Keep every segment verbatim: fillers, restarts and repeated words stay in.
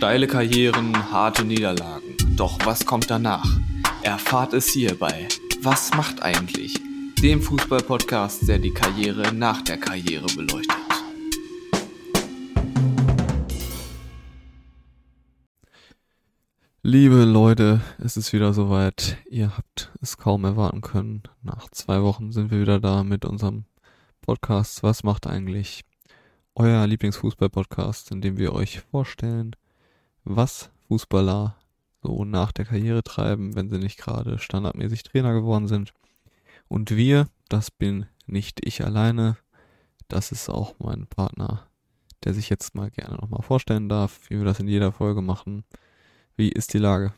Steile Karrieren, harte Niederlagen. Doch was kommt danach? Erfahrt es hier bei Was macht eigentlich? Dem Fußball-Podcast, der die Karriere nach der Karriere beleuchtet. Liebe Leute, es ist wieder soweit. Ihr habt es kaum erwarten können. Nach zwei Wochen sind wir wieder da mit unserem Podcast Was macht eigentlich? Euer Lieblingsfußball-Podcast, in dem wir euch vorstellen, was Fußballer so nach der Karriere treiben, wenn sie nicht gerade standardmäßig Trainer geworden sind. Und wir, das bin nicht ich alleine, das ist auch mein Partner, der sich jetzt mal gerne nochmal vorstellen darf, wie wir das in jeder Folge machen. Wie ist die Lage?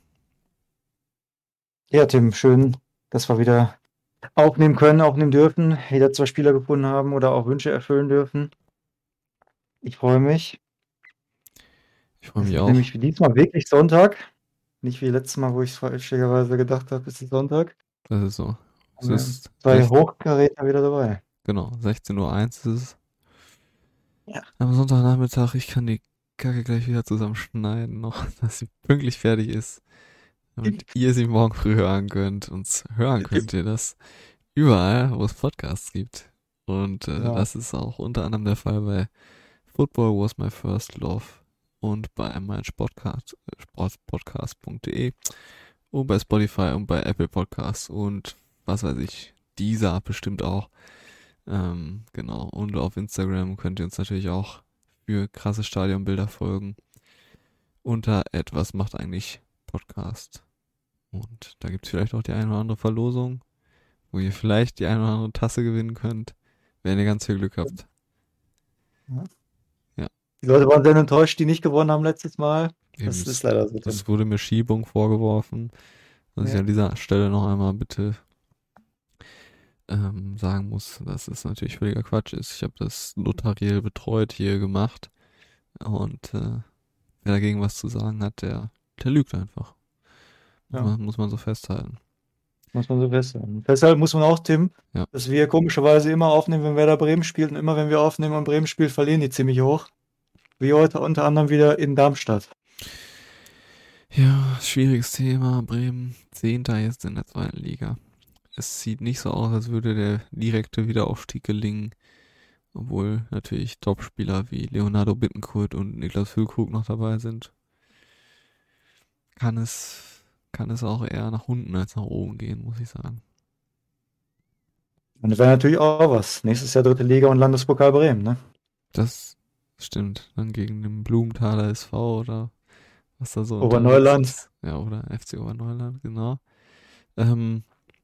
Ja, Tim, schön, dass wir wieder aufnehmen können, aufnehmen dürfen, wieder zwei Spieler gefunden haben oder auch Wünsche erfüllen dürfen. Ich freue mich. Ich freue Es mich ist auch. nämlich wie diesmal wirklich Sonntag. Nicht wie letztes Mal, wo ich falscherweise gedacht habe, es ist Sonntag. Das ist so. Es Und ist zwei sech- Hochkaräter wieder dabei. genau, sechzehn Uhr eins ist es. Ja. Am Sonntagnachmittag, ich kann die Kacke gleich wieder zusammenschneiden, noch, dass sie pünktlich fertig ist. Damit ihr sie morgen früh hören könnt. Und hören könnt ihr das überall, wo es Podcasts gibt. Und äh, Ja. das ist auch unter anderem der Fall bei Football Was My First Love und bei meinsportcast, äh, sportpodcast punkt de und bei Spotify und bei Apple Podcasts und was weiß ich, dieser bestimmt auch. Ähm, genau. Und auf Instagram könnt ihr uns natürlich auch für krasse Stadionbilder folgen. Unter etwas macht eigentlich Podcast. Und da gibt es vielleicht auch die eine oder andere Verlosung, wo ihr vielleicht die eine oder andere Tasse gewinnen könnt, wenn ihr ganz viel Glück habt. Die Leute waren sehr enttäuscht, die nicht gewonnen haben letztes Mal. Eben, Das es- ist leider so. Tim. Es wurde mir Schiebung vorgeworfen, was ich Ja. an dieser Stelle noch einmal bitte ähm, sagen muss, dass es natürlich völliger Quatsch ist. Ich habe das notariell betreut hier gemacht und äh, wer dagegen was zu sagen hat, der, der lügt einfach. Muss, Ja. man, muss man so festhalten. Muss man so festhalten. Festhalten muss man auch, Tim, Ja. dass wir komischerweise immer aufnehmen, wenn Werder Bremen spielt und immer wenn wir aufnehmen und Bremen spielt, verlieren die ziemlich hoch. Wie heute unter anderem wieder in Darmstadt. Ja, schwieriges Thema. Bremen, Zehnter jetzt in der zweiten Liga. Es sieht nicht so aus, als würde der direkte Wiederaufstieg gelingen, obwohl natürlich Topspieler wie Leonardo Bittencourt und Niklas Füllkrug noch dabei sind. Kann es, kann es auch eher nach unten als nach oben gehen, muss ich sagen. Und das wäre natürlich auch was. Nächstes Jahr dritte Liga und Landespokal Bremen, ne? Das stimmt. Dann gegen den Blumenthaler S V oder was da so Oberneuland. unterwegs ist. Ja, oder F C Oberneuland, genau. Ähm,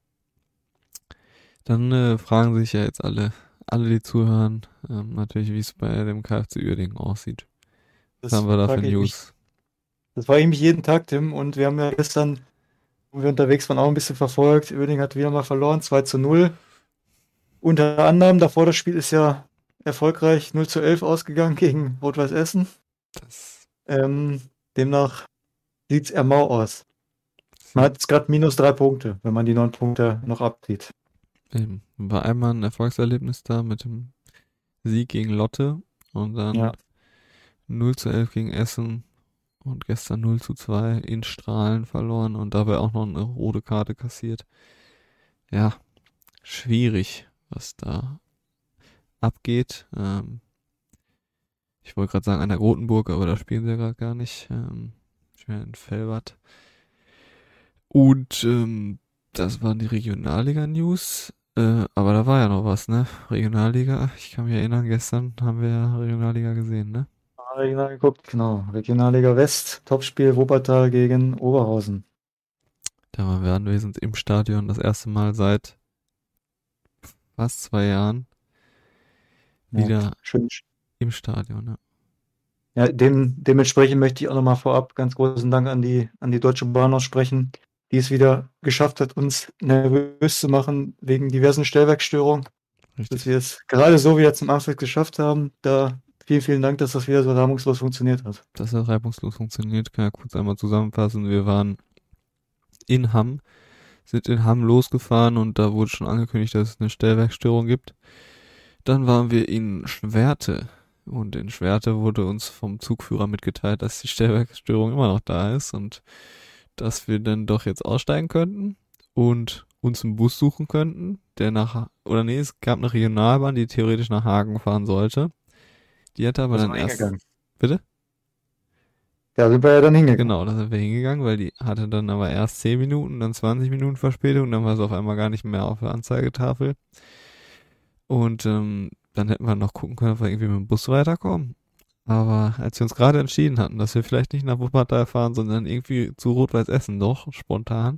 dann äh, fragen sich ja jetzt alle, alle die zuhören, ähm, natürlich, wie es bei dem K F C Uerdingen aussieht. Was Das haben wir da für frage ich mich. News? Das war irgendwie jeden Tag, Tim. Und wir haben ja gestern, wo wir unterwegs waren, auch ein bisschen verfolgt. Uerdingen hat wieder mal verloren, zwei zu null. Unter anderem, davor das Spiel ist ja erfolgreich null zu elf ausgegangen gegen Rot-Weiß Essen. Das Ähm, demnach sieht es eher mau aus. Man hat jetzt gerade minus drei Punkte, wenn man die neun Punkte noch abzieht. eben, war einmal ein Erfolgserlebnis da mit dem Sieg gegen Lotte und dann Ja. null zu elf gegen Essen und gestern null zu zwei in Strahlen verloren und dabei auch noch eine rote Karte kassiert. Ja, schwierig, was da abgeht. Ähm, ich wollte gerade sagen an der Rotenburg, aber da spielen sie ja gerade gar nicht. Ähm, ich bin in Velbert. Und ähm, das waren die Regionalliga-News. Äh, aber da war ja noch was, ne? Regionalliga, ich kann mich erinnern, gestern haben wir ja Regionalliga gesehen, ne? Regional geguckt, genau. Regionalliga West, Topspiel Wuppertal gegen Oberhausen. Da waren wir anwesend im Stadion das erste Mal seit fast zwei Jahren Ja, wieder schön. im Stadion, ne? Ja, dem, dementsprechend möchte ich auch nochmal vorab ganz großen Dank an die, an die Deutsche Bahn aussprechen, die es wieder geschafft hat, uns nervös zu machen wegen diversen Stellwerkstörungen. Dass Richtig. wir es gerade so wieder zum Anfang geschafft haben. Da vielen, vielen Dank, dass das wieder so reibungslos funktioniert hat. Das hat reibungslos funktioniert, kann ja kurz einmal zusammenfassen. Wir waren in Hamm, sind in Hamm losgefahren und da wurde schon angekündigt, dass es eine Stellwerkstörung gibt. Dann waren wir in Schwerte Und in Schwerte wurde uns vom Zugführer mitgeteilt, dass die Stellwerksstörung immer noch da ist und dass wir dann doch jetzt aussteigen könnten und uns einen Bus suchen könnten, der nach, oder nee, es gab eine Regionalbahn, die theoretisch nach Hagen fahren sollte. Die hatte aber Da sind dann wir erst, hingegangen. bitte? Da sind wir ja dann hingegangen. Genau, da sind wir hingegangen, weil die hatte dann aber erst zehn Minuten, dann zwanzig Minuten Verspätung und dann war es auf einmal gar nicht mehr auf der Anzeigetafel. Und ähm, dann hätten wir noch gucken können, ob wir irgendwie mit dem Bus weiterkommen. Aber als wir uns gerade entschieden hatten, dass wir vielleicht nicht nach Wuppertal fahren, sondern irgendwie zu Rot-Weiß Essen doch, spontan,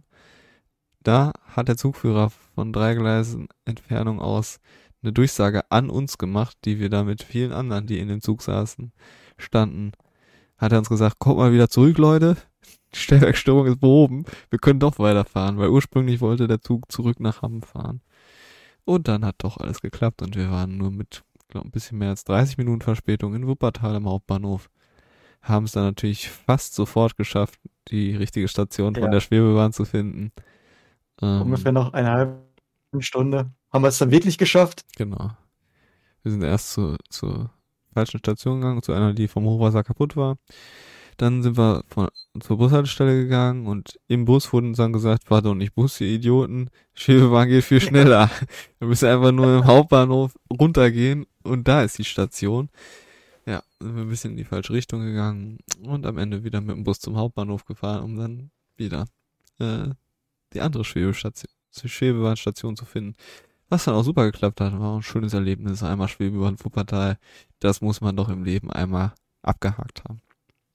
da hat der Zugführer von drei Gleisen Entfernung aus eine Durchsage an uns gemacht, die wir da mit vielen anderen, die in dem Zug saßen, standen. Hat er uns gesagt, kommt mal wieder zurück, Leute. Die Stellwerksstörung ist behoben. Wir können doch weiterfahren, weil ursprünglich wollte der Zug zurück nach Hamm fahren. Und dann hat doch alles geklappt und wir waren nur mit, glaube ein bisschen mehr als dreißig Minuten Verspätung in Wuppertal am Hauptbahnhof. Haben es dann natürlich fast sofort geschafft, die richtige Station von Ja. der Schwebebahn zu finden. Ähm, Ungefähr noch eine halbe Stunde. Haben wir es dann wirklich geschafft? Genau. Wir sind erst zu, zur falschen Station gegangen, zu einer, die vom Hochwasser kaputt war. Dann sind wir von, zur Bushaltestelle gegangen und im Bus wurde uns dann gesagt, war doch nicht Bus, ihr Idioten. Schwebebahn geht viel schneller. Wir müssen einfach nur im Hauptbahnhof runtergehen und da ist die Station. Ja, sind wir ein bisschen in die falsche Richtung gegangen und am Ende wieder mit dem Bus zum Hauptbahnhof gefahren, um dann wieder äh, die andere Schwebestation, Schwebebahnstation zu finden. Was dann auch super geklappt hat, war auch ein schönes Erlebnis. Einmal Schwebebahn Wuppertal, das muss man doch im Leben einmal abgehakt haben.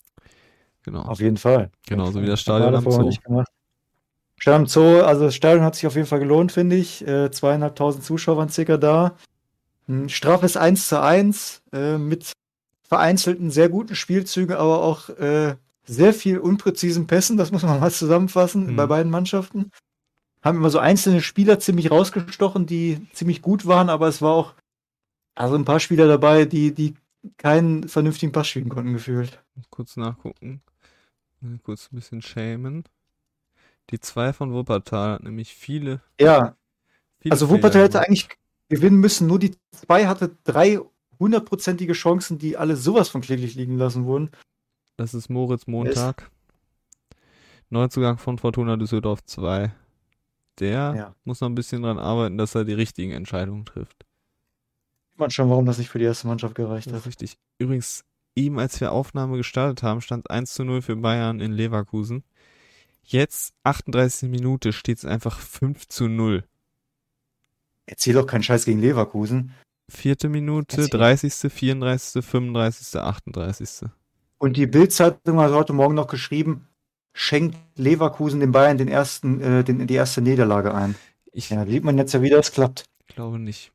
Genau. Auf jeden Fall. Genauso wie das Haben wir Stadion am davor Zoo. nicht gemacht. Stadion am Zoo, also das Stadion hat sich auf jeden Fall gelohnt, finde ich. Äh, zweieinhalbtausend Zuschauer waren circa da. Ein straffes eins zu eins äh, mit vereinzelten, sehr guten Spielzügen, aber auch äh, sehr viel unpräzisen Pässen, das muss man mal zusammenfassen, Hm. bei beiden Mannschaften. Haben immer so einzelne Spieler ziemlich rausgestochen, die ziemlich gut waren, aber es war auch also ein paar Spieler dabei, die, die keinen vernünftigen Pass spielen konnten, gefühlt. Kurz nachgucken. Kurz ein bisschen schämen. Die zwei von Wuppertal hat nämlich viele, Ja, viele also Fehler Wuppertal hätte gemacht. eigentlich gewinnen müssen, nur die zwei hatte drei hundertprozentige Chancen, die alle sowas von kläglich liegen lassen wurden. Das ist Moritz Montag. Neuzugang von Fortuna Düsseldorf zwei. Der Ja. muss noch ein bisschen dran arbeiten, dass er die richtigen Entscheidungen trifft. Sieht man schon, warum das nicht für die erste Mannschaft gereicht Das ist hat. richtig. Übrigens, eben als wir Aufnahme gestartet haben, stand eins zu null für Bayern in Leverkusen. Jetzt, achtunddreißigste Minute, steht es einfach fünf zu null. Erzähl doch keinen Scheiß gegen Leverkusen. Vierte Minute, Erzähl. dreißigste, vierunddreißigste, fünfunddreißigste, achtunddreißigste. Und die Bild-Zeitung hat heute Morgen noch geschrieben, schenkt Leverkusen den Bayern den ersten, äh, den, die erste Niederlage ein. Ich Ja, da sieht man jetzt ja, wie das klappt. glaube nicht.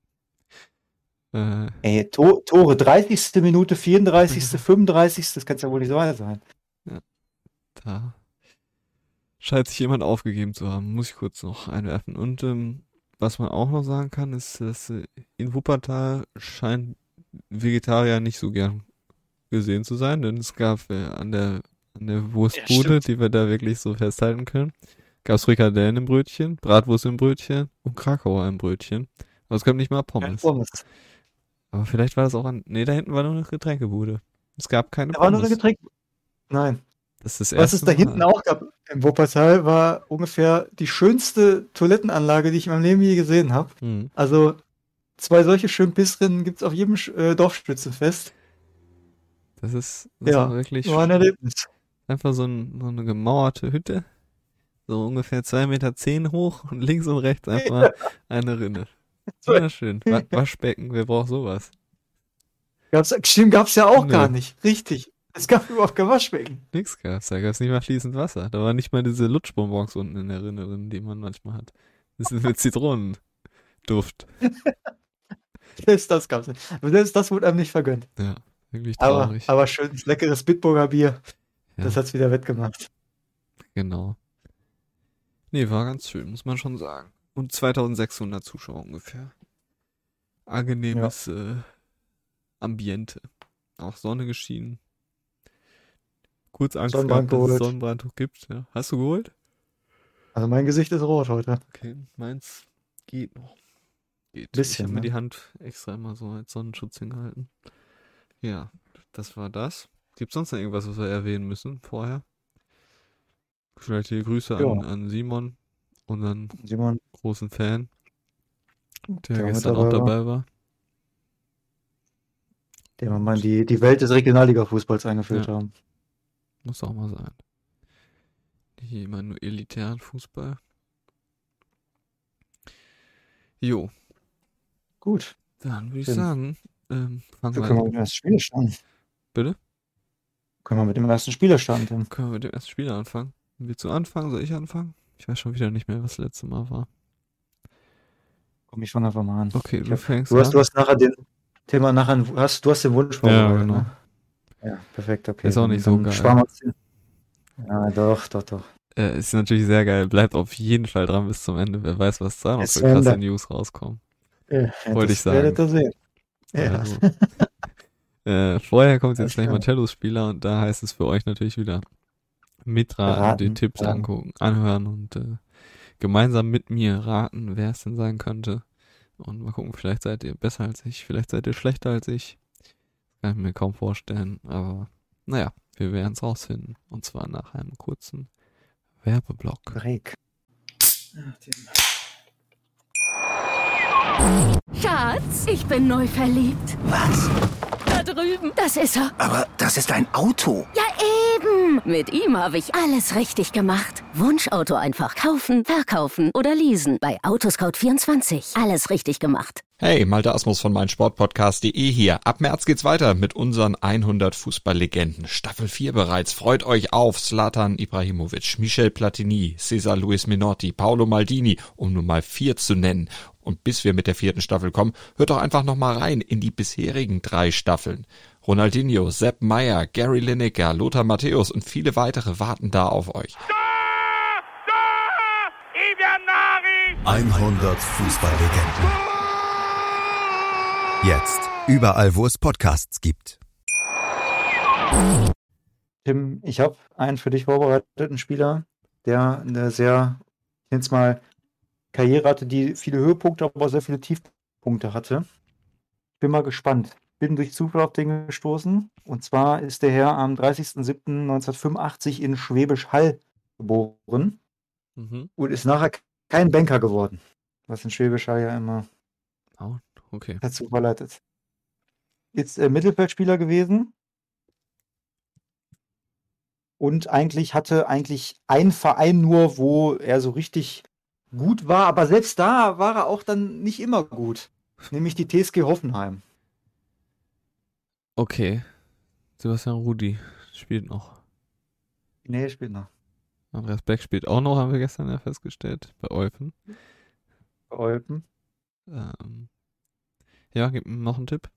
Äh, Ey, To- Tore, dreißigste Minute, vierunddreißigste, fünfunddreißigste, das kann ja wohl nicht so wahr sein. da scheint sich jemand aufgegeben zu haben. Muss ich kurz noch einwerfen. Und ähm, was man auch noch sagen kann, ist, dass äh, in Wuppertal scheint Vegetarier nicht so gern gesehen zu sein, denn es gab äh, an der an der Wurstbude, stimmt. die wir da wirklich so festhalten können, gab es Frikadellen im Brötchen, Bratwurst im Brötchen und Krakauer im Brötchen. Aber es gab nicht mal Pommes. Pommes. Aber vielleicht war das auch an. Nee, da hinten war nur eine Getränkebude. Es gab keine Da war nur Pommes. ein Getränk. Nein. Das ist das Was erste es da Mal. hinten auch gab im Wuppertal, war ungefähr die schönste Toilettenanlage, die ich in meinem Leben je gesehen habe. Hm. Also zwei solche schönen Pissrinnen gibt es auf jedem äh, Dorfspitzenfest. Das ist, das Ja, war wirklich war ein Erlebnis. einfach so, ein, so eine gemauerte Hütte. So ungefähr zwei Meter zehn hoch und links und rechts einfach eine Rinne. Wunderschön. Wa Waschbecken, wer braucht sowas? Gab's, stimmt, gab es ja auch Nö. gar nicht. Richtig. Es gab überhaupt kein Waschbecken. Nix gab's. Da gab's nicht mal fließend Wasser. Da war nicht mal diese Lutschbonbons unten in der Rinne drin, die man manchmal hat. Das ist mit Zitronenduft. Selbst das gab's nicht. Aber selbst das wurde einem nicht vergönnt. Ja, wirklich Aber, traurig. aber schönes, leckeres Bitburger Bier. Ja. Das hat's wieder wettgemacht. Genau. Nee, war ganz schön, muss man schon sagen. Und zweitausendsechshundert Zuschauer ungefähr. Angenehmes äh, Ambiente. Auch Sonne geschienen. Kurz Angst Sonnenbrand gehabt, dass es geholt. Sonnenbrandtuch gibt. Ja. Hast du geholt? Also mein Gesicht ist rot heute. Okay, meins geht noch. Geht. Bisschen, ich habe mir ne? die Hand extra immer so als Sonnenschutz hingehalten. Ja, das war das. Gibt es sonst noch irgendwas, was wir erwähnen müssen vorher? Vielleicht die Grüße Ja, an, an Simon, unseren Simon, großen Fan, der der auch mit gestern auch dabei war, dabei war. den wir mal in Und die, die Welt des Regionalliga-Fußballs eingeführt ja, haben. muss auch mal sein. Nicht immer nur elitären Fußball. Jo, Gut, dann würde ich Tim, sagen, ähm, fangen wir wir können an. mal mit dem ersten Spieler starten. Bitte? Können wir mit dem ersten Spieler starten, Tim. Können wir mit dem ersten Spieler anfangen? Willst du anfangen? Soll ich anfangen? Ich weiß schon wieder nicht mehr, was das letzte Mal war. Komm, ich fange einfach mal an. Okay, Ich du hab, fängst du hast, du an. hast nachher den Thema nachher, hast, du hast den Wunsch Ja, vorbereitet, genau. ne? Ja, perfekt, okay. Ist auch Dann, nicht so dann geil. sparen wir uns den. Ja, doch, doch, doch. Äh, ist natürlich sehr geil. Bleibt auf jeden Fall dran bis zum Ende. Wer weiß, was da noch Es für krasse Ende. News rauskommen. Ja, Wollte ich das werdet sagen. ihr sehen. Ja, Also, äh, vorher kommt alles jetzt gleich klar. Marcellos Spieler und da heißt es für euch natürlich wieder mitraten, die Raten. Tipps Ja. angucken, anhören und äh, gemeinsam mit mir raten, wer es denn sein könnte. Und mal gucken, vielleicht seid ihr besser als ich, vielleicht seid ihr schlechter als ich. Kann ich mir kaum vorstellen, aber naja, wir werden es rausfinden. Und zwar nach einem kurzen Werbeblock. Break. Schatz, ich bin neu verliebt. Was? Da drüben. Das ist er. Aber das ist ein Auto. Ja, eben. Mit ihm habe ich alles richtig gemacht. Wunschauto einfach kaufen, verkaufen oder leasen. Bei Autoscout vierundzwanzig. Alles richtig gemacht. Hey, Malte Asmus von meinsportpodcast punkt de hier. Ab März geht's weiter mit unseren hundert Fußballlegenden. Staffel vier bereits. Freut euch auf Zlatan Ibrahimovic, Michel Platini, Cesar Luis Minotti, Paolo Maldini, um nur mal vier zu nennen. Und bis wir mit der vierten Staffel kommen, hört doch einfach noch mal rein in die bisherigen drei Staffeln. Ronaldinho, Sepp Maier, Gary Lineker, Lothar Matthäus und viele weitere warten da auf euch. hundert Fußballlegenden. Jetzt überall, wo es Podcasts gibt. Tim, ich habe einen für dich vorbereiteten Spieler, der eine sehr, ich nenne es mal, Karriere hatte, die viele Höhepunkte, aber auch sehr viele Tiefpunkte hatte. Ich bin mal gespannt. Bin durch Zufall auf den gestoßen. Und zwar ist der Herr am dreißigsten siebten neunzehnhundertfünfundachtzig in Schwäbisch Hall geboren Mhm. und ist nachher kein Banker geworden. Was in Schwäbisch Hall ja immer Oh, okay. dazu verleitet. Ist äh, Mittelfeldspieler gewesen und eigentlich hatte eigentlich ein Verein nur, wo er so richtig gut war, aber selbst da war er auch dann nicht immer gut. Nämlich die T S G Hoffenheim. Okay. Sebastian Rudi spielt noch. Nee, spielt noch. Andreas Beck spielt auch noch, haben wir gestern ja festgestellt, bei Eupen. Bei Eupen. Ähm, ja, gib mir noch einen Tipp.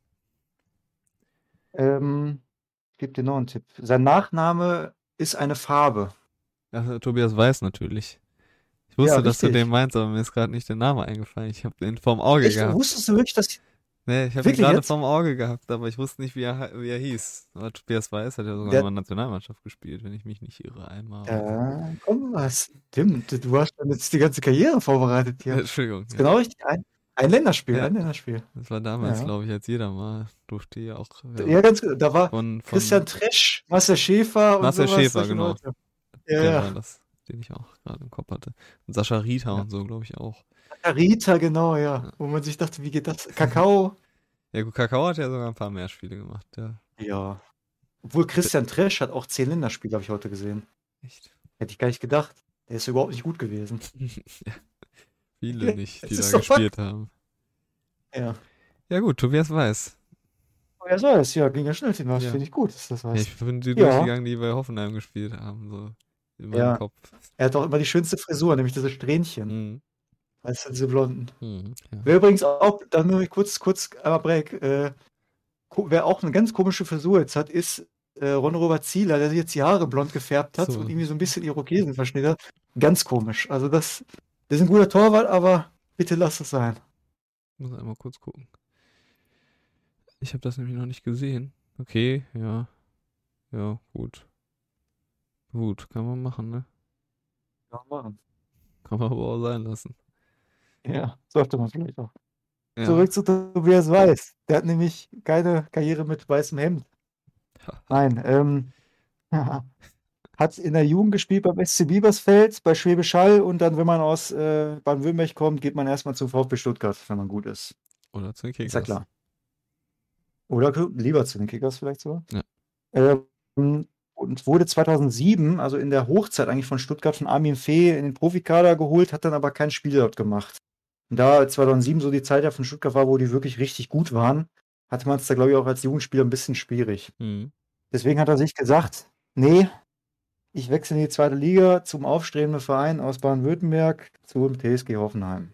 Ähm, ich gebe dir noch einen Tipp. Sein Nachname ist eine Farbe. Ja, Tobias Weiß natürlich. Ich wusste, Ja, dass du richtig. den meinst, aber mir ist gerade nicht der Name eingefallen. Ich habe den vorm Auge Echt? gehabt. Wusstest du wirklich, dass Nee, ich habe ihn Wirklich gerade jetzt? vorm Auge gehabt, aber ich wusste nicht, wie er, wie er hieß. Aber Tobias Weiß hat ja sogar Der- mal Nationalmannschaft gespielt, wenn ich mich nicht irre einmal. Da komm was. Tim, du, du hast dann jetzt die ganze Karriere vorbereitet hier. Entschuldigung. Ist Ja. genau richtig. Ein, ein Länderspiel, Ja. ein Länderspiel. Das war damals, Ja. glaube ich, als jeder mal durfte ja auch. Ja, ganz gut. Da war von, von Christian Tresch, Marcel Schäfer und Marcel sowas, Schäfer, solche genau. Leute. Ja, der ja. war das, den ich auch gerade im Kopf hatte. Und Sascha Rita Ja. und so, glaube ich, auch. Rita, genau, ja. Ja. Wo man sich dachte, wie geht das? Kakao. Ja, gut, Kakao hat ja sogar ein paar mehr Spiele gemacht, ja. Ja. Obwohl Christian Tresch hat auch zehn Länderspiele, habe ich heute gesehen. Echt. Hätte ich gar nicht gedacht. Der ist überhaupt nicht gut gewesen. ja. Viele nicht, die Es ist da so gespielt haben. Ja. Ja gut, Tobias Weiß. Wer soll es? Ja, ging ja schnell, Tim. Das Ja. finde ich gut, dass das Ja, weiß. ich bin die Ja. durchgegangen, die bei Hoffenheim gespielt haben, so in meinem Ja. Kopf. Er hat auch immer die schönste Frisur, nämlich diese Strähnchen. Mhm. Weißt du, diese blonden. Mhm. Ja. Wer übrigens auch, da muss ich kurz, kurz einmal Break, äh, ko- wer auch eine ganz komische Frisur jetzt hat, ist äh, Ron-Robert Zieler, der sich jetzt die Haare blond gefärbt hat So. und irgendwie so ein bisschen Irokesen verschnitten hat. Ganz komisch. Also das, das ist ein guter Torwart, aber bitte lass es sein. Ich muss einmal kurz gucken. Ich habe das nämlich noch nicht gesehen. Okay, ja. Ja, gut. Gut, kann man machen, ne? Ja, machen. Kann man aber auch sein lassen. Ja, sollte man vielleicht auch. Ja. Zurück zu Tobias Weiß. Der hat nämlich keine Karriere mit weißem Hemd. Nein, ähm, hat in der Jugend gespielt beim S C Biebersfeld, bei Schwäbisch Hall und dann, wenn man aus äh, Baden-Württemberg kommt, geht man erstmal zum VfB Stuttgart, wenn man gut ist. Oder zu den Kickers. Ist ja klar. Oder k- lieber zu den Kickers vielleicht sogar. Ja. Ähm, und wurde zweitausendsieben, also in der Hochzeit eigentlich von Stuttgart, von Armin Fee in den Profikader geholt, hat dann aber kein Spiel dort gemacht. Und da zweitausendsieben so die Zeit ja von Stuttgart war, wo die wirklich richtig gut waren, hatte man es da, glaube ich, auch als Jugendspieler ein bisschen schwierig. Mhm. Deswegen hat er sich gesagt, nee, ich wechsle in die zweite Liga zum aufstrebenden Verein aus Baden-Württemberg zum T S G Hoffenheim.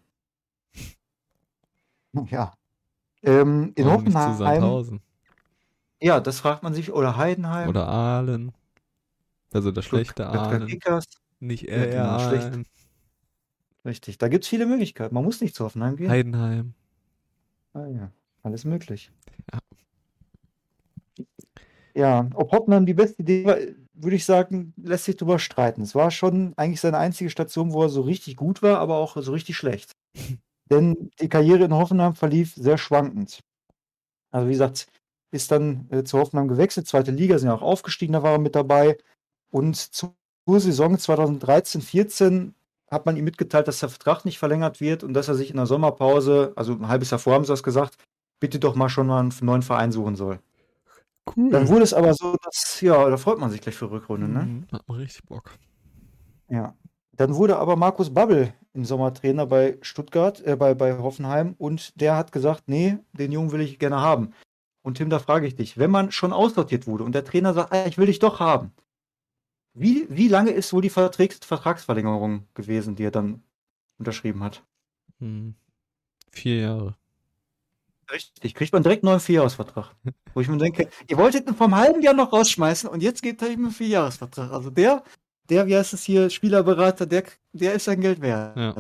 Ja. Ähm, in Warum nicht zu Hoffenheim, Sandhausen? ja, das fragt man sich, oder Heidenheim, Oder Aalen. Also der schlechte Stuttgart Aalen. Kickers. Nicht Ja, eher genau, schlecht. Aalen. Richtig, da gibt es viele Möglichkeiten. Man muss nicht zu Hoffenheim gehen. Heidenheim. Ah, ja, alles möglich. Ja. Ja, ob Hoffenheim die beste Idee war, würde ich sagen, lässt sich drüber streiten. Es war schon eigentlich seine einzige Station, wo er so richtig gut war, aber auch so richtig schlecht. Denn die Karriere in Hoffenheim verlief sehr schwankend. Also wie gesagt, ist dann äh, zu Hoffenheim gewechselt, zweite Liga, sind ja auch aufgestiegen, da war er mit dabei. Und zur Saison zweitausenddreizehn vierzehn hat man ihm mitgeteilt, dass der Vertrag nicht verlängert wird und dass er sich in der Sommerpause, also ein halbes Jahr vorher haben sie das gesagt, bitte doch mal schon mal einen neuen Verein suchen soll. Cool. Dann wurde es aber so, dass, ja, da freut man sich gleich für Rückrunde, ne? Mhm. Hat man richtig Bock. Ja. Dann wurde aber Markus Babbel im Sommer Trainer bei Stuttgart, äh, bei, bei Hoffenheim und der hat gesagt, nee, den Jungen will ich gerne haben. Und Tim, da frage ich dich, wenn man schon aussortiert wurde und der Trainer sagt, ah, ich will dich doch haben, wie, wie lange ist wohl die Vertrags Vertragsverlängerung gewesen, die er dann unterschrieben hat? Mhm. Vier Jahre. Richtig, kriegt man direkt einen neuen Vierjahresvertrag. Wo ich mir denke, ihr wolltet ihn vom halben Jahr noch rausschmeißen und jetzt gebt ihr ihm einen Vierjahresvertrag. Also der, der, wie heißt es hier, Spielerberater, der, der ist sein Geld wert. Ja.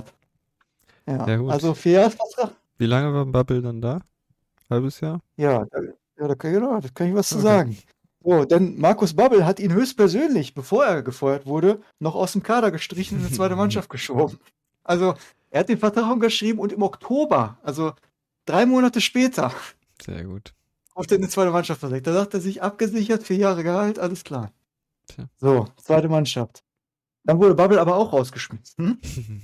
Ja, Ja, gut. also Vierjahresvertrag. Wie lange war Bubble dann da? Halbes Jahr? Ja, da, ja, da, kann- genau, da kann ich was zu Okay. sagen. So, denn Markus Babbel hat ihn höchstpersönlich, bevor er gefeuert wurde, noch aus dem Kader gestrichen und in die zweite Mannschaft geschoben. Also, er hat den Vertrag unterschrieben und im Oktober, also drei Monate später, Sehr gut. auf den in die zweite Mannschaft verlegt. Da sagt er sich, abgesichert, vier Jahre Gehalt, alles klar. Tja. So, zweite Mannschaft. Dann wurde Babbel aber auch rausgeschmissen.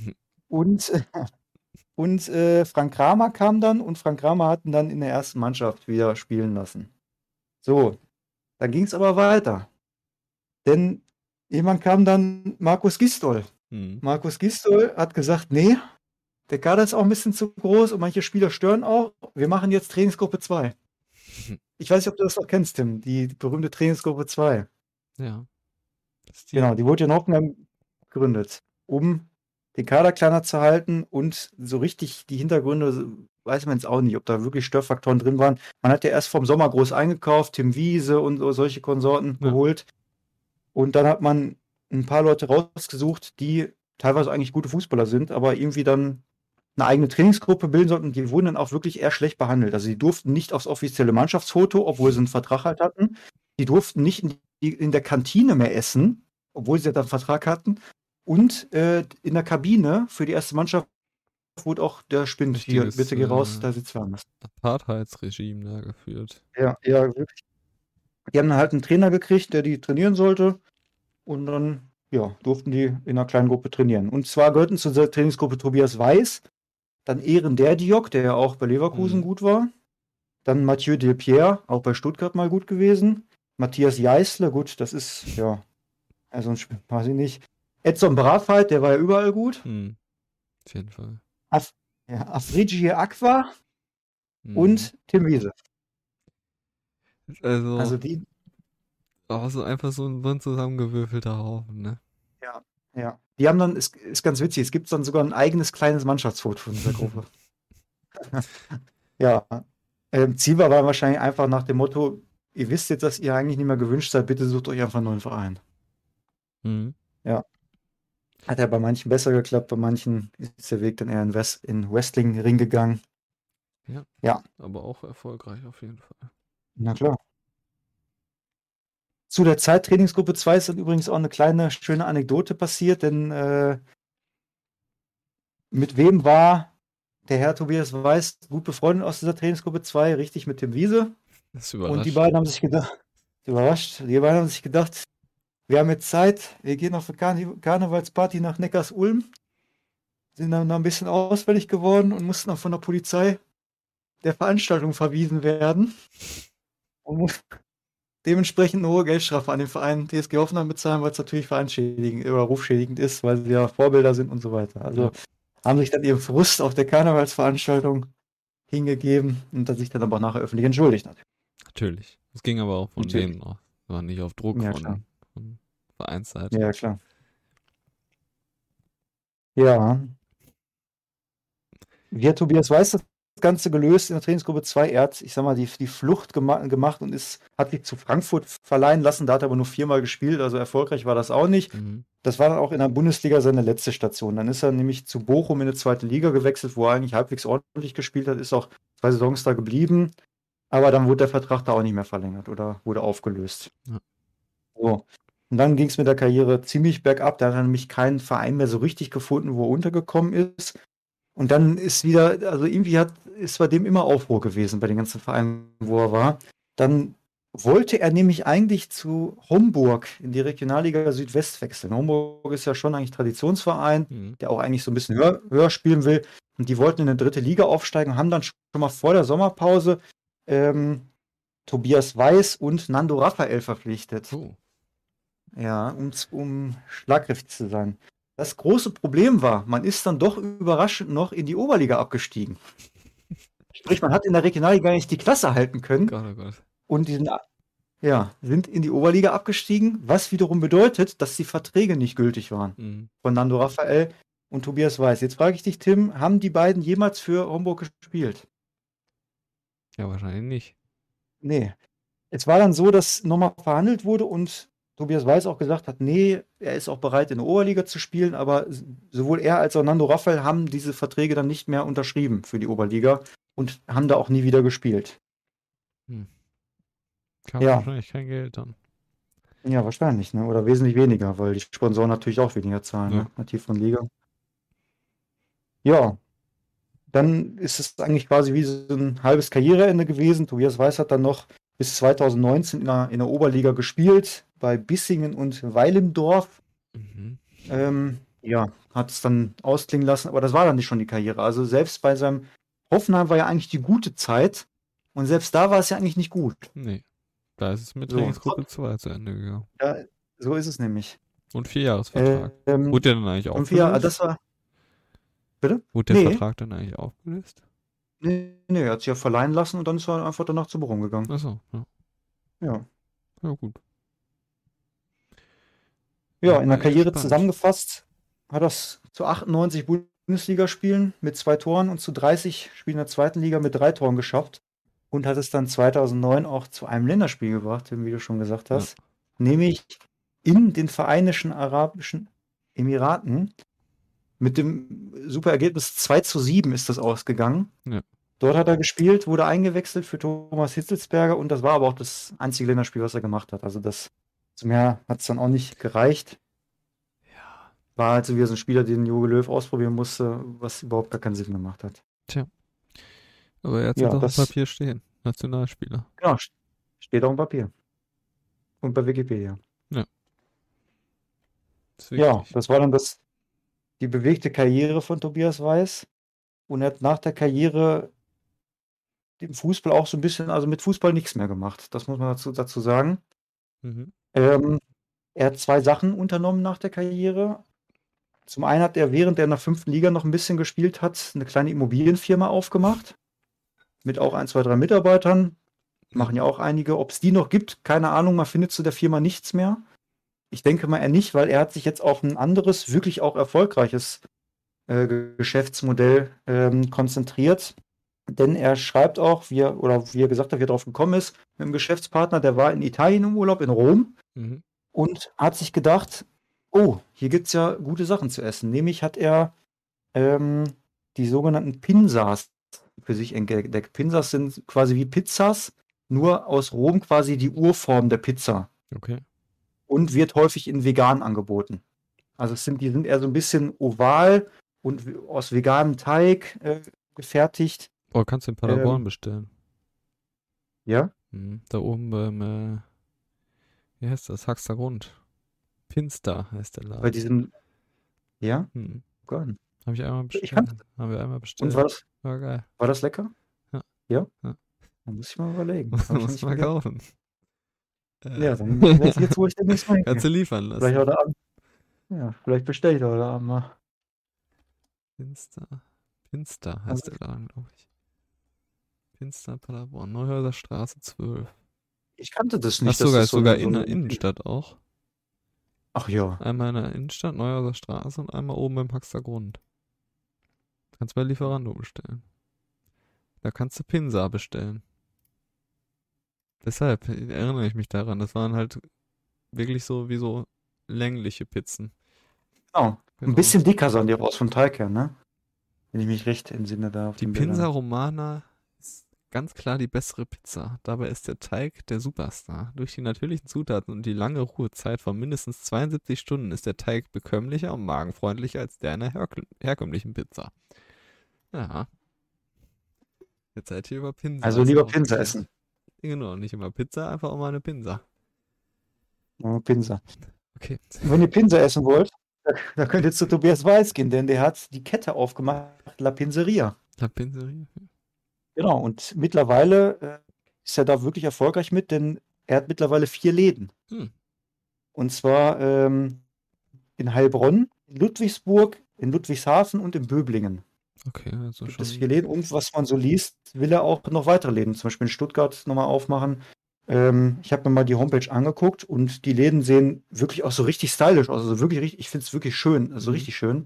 Und, äh, und äh, Frank Kramer kam dann und Frank Kramer hat ihn dann in der ersten Mannschaft wieder spielen lassen. So, dann ging es aber weiter. Denn jemand kam dann Markus Gistol. Mhm. Markus Gistol hat gesagt, nee, der Kader ist auch ein bisschen zu groß und manche Spieler stören auch. Wir machen jetzt Trainingsgruppe zwei. Ich weiß nicht, ob du das noch kennst, Tim, die, die berühmte Trainingsgruppe zwei. Ja. Das ist die- Genau, die wurde ja in Hoffenheim gegründet, um den Kader kleiner zu halten und so richtig die Hintergründe so weiß man jetzt auch nicht, ob da wirklich Störfaktoren drin waren. Man hat ja erst vom Sommer groß eingekauft, Tim Wiese und so solche Konsorten Ja. geholt. Und dann hat man ein paar Leute rausgesucht, die teilweise eigentlich gute Fußballer sind, aber irgendwie dann eine eigene Trainingsgruppe bilden sollten. Die wurden dann auch wirklich eher schlecht behandelt. Also die durften nicht aufs offizielle Mannschaftsfoto, obwohl sie einen Vertrag halt hatten. Die durften nicht in, die, in der Kantine mehr essen, obwohl sie dann einen Vertrag hatten. Und äh, in der Kabine für die erste Mannschaft wurde auch der Spind hier, Richtiges, bitte geh raus, äh, da sitzt woanders. Apartheidsregime da geführt. Ja, ja, wirklich. Die haben dann halt einen Trainer gekriegt, der die trainieren sollte. Und dann, ja, durften die in einer kleinen Gruppe trainieren. Und zwar gehörten zu der Trainingsgruppe Tobias Weiß, dann Ehren Derdiok, der ja auch bei Leverkusen Mhm. gut war. Dann Mathieu Delpierre, auch bei Stuttgart mal gut gewesen. Matthias Jeißle, gut, das ist, ja, also weiß ich nicht. Edson Bravheit, der war ja überall gut. Mhm. Auf jeden Fall. Af ja, Afrigie Aqua Mhm. und Tim Wiese. Also, Also die, oh, so einfach so ein bunt zusammengewürfelter Haufen, ne? ja, die haben dann, ist, ist ganz witzig, es gibt dann sogar ein eigenes kleines Mannschaftsfoto von dieser Gruppe. Ja, ähm, Ziel war wahrscheinlich einfach nach dem Motto, ihr wisst jetzt, dass ihr eigentlich nicht mehr gewünscht seid, bitte sucht euch einfach einen neuen Verein. Mhm. Hat ja bei manchen besser geklappt, bei manchen ist der Weg dann eher in, West, in Wrestling-Ring gegangen. Aber auch erfolgreich auf jeden Fall. Na klar. Zu der Zeit Trainingsgruppe zwei ist dann übrigens auch eine kleine, schöne Anekdote passiert, denn äh, mit wem war der Herr Tobias Weiß gut befreundet aus dieser Trainingsgruppe zwei, richtig mit Tim Wiese. Das ist Und überrascht. die beiden haben sich gedacht, überrascht, die beiden haben sich gedacht, wir haben jetzt Zeit, wir gehen auf eine Karne- Karnevalsparty nach Neckars-Ulm, sind dann ein bisschen ausfällig geworden und mussten dann von der Polizei der Veranstaltung verwiesen werden und mussten dementsprechend eine hohe Geldstrafe an den Verein T S G Hoffenheim bezahlen, weil es natürlich vereinschädigend oder rufschädigend ist, weil sie ja Vorbilder sind und so weiter. Also Ja. haben sich dann ihren Frust auf der Karnevalsveranstaltung hingegeben und dann sich dann aber auch nachher öffentlich entschuldigt hat. Natürlich. Das ging aber auch von Natürlich. denen aus. Das war nicht auf Druck Ja, von, klar. von Vereinsseite. Ja, klar. Ja. Wie hat Tobias Weiß das Ganze gelöst in der Trainingsgruppe zwei? Er hat, ich sag mal, die, die Flucht gema gemacht und ist, hat sich zu Frankfurt verleihen lassen. Da hat er aber nur viermal gespielt, also erfolgreich war das auch nicht. Mhm. Das war dann auch in der Bundesliga seine letzte Station. Dann ist er nämlich zu Bochum in die zweite Liga gewechselt, wo er eigentlich halbwegs ordentlich gespielt hat, ist auch zwei Saisons da geblieben. Aber dann wurde der Vertrag da auch nicht mehr verlängert oder wurde aufgelöst. Ja. So. Und dann ging es mit der Karriere ziemlich bergab. Da hat er nämlich keinen Verein mehr so richtig gefunden, wo er untergekommen ist. Und dann ist wieder, also irgendwie hat, ist bei dem immer Aufruhr gewesen, bei den ganzen Vereinen, wo er war. Dann wollte er nämlich eigentlich zu Homburg in die Regionalliga Südwest wechseln. Homburg ist ja schon eigentlich Traditionsverein, Mhm. der auch eigentlich so ein bisschen höher, höher spielen will. Und die wollten in eine dritte Liga aufsteigen, haben dann schon mal vor der Sommerpause ähm, Tobias Weiß und Nando Raphael verpflichtet. Oh. Ja, um, um schlagkräftig zu sein. Das große Problem war, man ist dann doch überraschend noch in die Oberliga abgestiegen. Sprich, man hat in der Regionalliga gar nicht die Klasse halten können Gott, oh Gott. und die sind, ja, sind in die Oberliga abgestiegen, was wiederum bedeutet, dass die Verträge nicht gültig waren Mhm. von Nando Raphael und Tobias Weiß. Jetzt frage ich dich, Tim, haben die beiden jemals für Homburg gespielt? Ja, wahrscheinlich nicht. Nee. Es war dann so, dass nochmal verhandelt wurde und Tobias Weiß auch gesagt hat, nee, er ist auch bereit, in der Oberliga zu spielen, aber sowohl er als auch Nando Raphael haben diese Verträge dann nicht mehr unterschrieben für die Oberliga und haben da auch nie wieder gespielt. Kam Ja. wahrscheinlich kein Geld dann. Ja, wahrscheinlich, ne? Oder wesentlich weniger, weil die Sponsoren natürlich auch weniger zahlen, Ja. ne? Nativ von Liga. Ja, dann ist es eigentlich quasi wie so ein halbes Karriereende gewesen. Tobias Weiß hat dann noch bis zwanzig neunzehn in der, in der Oberliga gespielt, bei Bissingen und Weilendorf. Mhm. Ähm, ja, hat es dann ausklingen lassen, aber das war dann nicht schon die Karriere. Also selbst bei seinem Hoffenheim war ja eigentlich die gute Zeit und selbst da war es ja eigentlich nicht gut. Nee. Da ist es mit So. Trainingsgruppe zwei zu Ende gegangen. Ja, so ist es nämlich. Und Vierjahresvertrag. Ähm, Wurde der dann eigentlich und vier, aufgelöst? das war. Bitte? Wurde der nee. Vertrag dann eigentlich aufgelöst? Nee, nee, er hat sich ja verleihen lassen und dann ist er einfach danach zu Bochum gegangen. Achso, ja. Ja. Ja, gut. Ja, Ja, in der echt Karriere spannend. zusammengefasst hat er es zu achtundneunzig Bundesligaspielen mit zwei Toren und zu dreißig Spielen in der zweiten Liga mit drei Toren geschafft und hat es dann zweitausendneun auch zu einem Länderspiel gebracht, wie du schon gesagt hast, nämlich in den Vereinigten Arabischen Emiraten. Mit dem super Ergebnis zwei zu sieben ist das ausgegangen. Ja. Dort hat er gespielt, wurde eingewechselt für Thomas Hitzelsberger und das war aber auch das einzige Länderspiel, was er gemacht hat. Also das zum mehr hat es dann auch nicht gereicht. Ja. War halt so wieder so ein Spieler, den Jogi Löw ausprobieren musste, was überhaupt gar keinen Sinn gemacht hat. Aber er hat Ja, ja, doch das- auf Papier stehen. Nationalspieler. Genau, st- steht auch im Papier. Und bei Wikipedia. Das ist Ja, wichtig. das war dann das, die bewegte Karriere von Tobias Weiß. Und er hat nach der Karriere im Fußball auch so ein bisschen, also mit Fußball nichts mehr gemacht. Das muss man dazu, dazu sagen. Mhm. Ähm, er hat zwei Sachen unternommen nach der Karriere. Zum einen hat er, während er in der fünften Liga noch ein bisschen gespielt hat, eine kleine Immobilienfirma aufgemacht. Mit auch ein, zwei, drei Mitarbeitern. Machen ja auch einige. Ob es die noch gibt, keine Ahnung. Man findet zu der Firma nichts mehr. Ich denke mal eher nicht, weil er hat sich jetzt auf ein anderes, wirklich auch erfolgreiches äh, Geschäftsmodell ähm, konzentriert. Denn er schreibt auch, wie er, oder wie er gesagt hat, wie er drauf gekommen ist, mit einem Geschäftspartner, der war in Italien im Urlaub, in Rom, Mhm. und hat sich gedacht, oh, hier gibt es ja gute Sachen zu essen. Nämlich hat er ähm, die sogenannten Pinsas für sich entdeckt. Pinsas sind quasi wie Pizzas, nur aus Rom quasi die Urform der Pizza. Okay. Und wird häufig in vegan angeboten. Also es sind, die sind eher so ein bisschen oval und w- aus veganem Teig äh, gefertigt. Oh, kannst du in Paderborn Ähm. bestellen. Ja? Mhm. Da oben beim, äh, wie heißt das? Haxter Grund. Pinster heißt der Bei Laden. diesem, ja? Hm. Gar nicht. Habe ich einmal Ich kannte bestellt. Haben wir einmal Und bestellt. war das, War geil. war das lecker? Ja. Ja? Ja. Dann muss ich mal überlegen. Muss Hab ich noch muss nicht mal gegessen. kaufen. Äh. Ja, dann weiß ich jetzt, wo ich demnächst mal Kannst hingehe. du liefern Vielleicht lassen. heute Abend. Ja, vielleicht bestelle ich heute Abend mal. Pinster. Pinster Also, heißt der Laden, glaube ich. Pinster Paderborn. Neuhäuser Straße zwölf. ich kannte das Ach, nicht, dass sogar, das ist so sogar eine, so in der eine. Innenstadt auch. Ach ja. Einmal in der Innenstadt, Neuhäuser Straße und einmal oben beim Haxter Grund. Kannst bei Lieferando bestellen. Da kannst du Pinsa bestellen. Deshalb erinnere ich mich daran. Das waren halt wirklich so wie so längliche Pizzen. Genau. Ein Genau. bisschen dicker sahen die auch aus vom Teig her, ne? Wenn ich mich recht entsinne da auf Die den Pinsa Bildern. Romana ist ganz klar die bessere Pizza. Dabei ist der Teig der Superstar. Durch die natürlichen Zutaten und die lange Ruhezeit von mindestens zweiundsiebzig Stunden ist der Teig bekömmlicher und magenfreundlicher als der einer herk- herkömmlichen Pizza. Ja. Jetzt seid ihr über Pinsa. Also lieber Pinsa essen. Genau, nicht immer Pizza, einfach auch mal eine Pinsa. Ja, Pinsa. Okay. Und wenn ihr Pinsa essen wollt, da, da könnt ihr zu Tobias Weiß gehen, denn der hat die Kette aufgemacht, La Pinzeria. La Pinseria. Genau, und mittlerweile äh, ist er da wirklich erfolgreich mit, denn er hat mittlerweile vier Läden. Hm. Und zwar ähm, in Heilbronn, in Ludwigsburg, in Ludwigshafen und in Böblingen. Okay, also Gibt schon. es vier Läden. Und was man so liest, will er auch noch weitere Läden, zum Beispiel in Stuttgart nochmal aufmachen. Ähm, ich habe mir mal die Homepage angeguckt und die Läden sehen wirklich auch so richtig stylisch aus. Also wirklich richtig, ich finde es wirklich schön, also Mhm. richtig schön.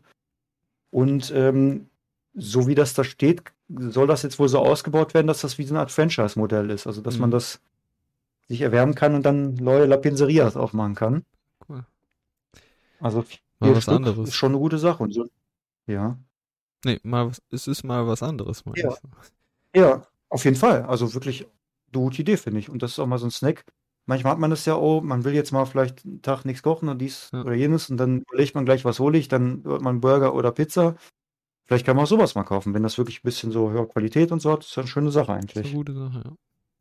Und ähm, so wie das da steht, soll das jetzt wohl so ausgebaut werden, dass das wie so eine Art Franchise-Modell ist. Also dass Mhm. man das sich erwerben kann und dann neue La Pizzerias aufmachen kann. Cool. Also vier Mal was Stück anderes. ist schon eine gute Sache. Und so, ja. Nee, mal was, es ist mal was anderes, meine Ja. ich. Ja, auf jeden Fall. Also wirklich eine gute Idee, finde ich. Und das ist auch mal so ein Snack. Manchmal hat man das ja, oh, man will jetzt mal vielleicht einen Tag nichts kochen und dies Ja. oder jenes und dann überlegt man gleich, was hole ich, dann wird man Burger oder Pizza. Vielleicht kann man auch sowas mal kaufen, wenn das wirklich ein bisschen so höhere Qualität und so hat. Das ist ja eine schöne Sache Das ist eine eigentlich. gute Sache, ja.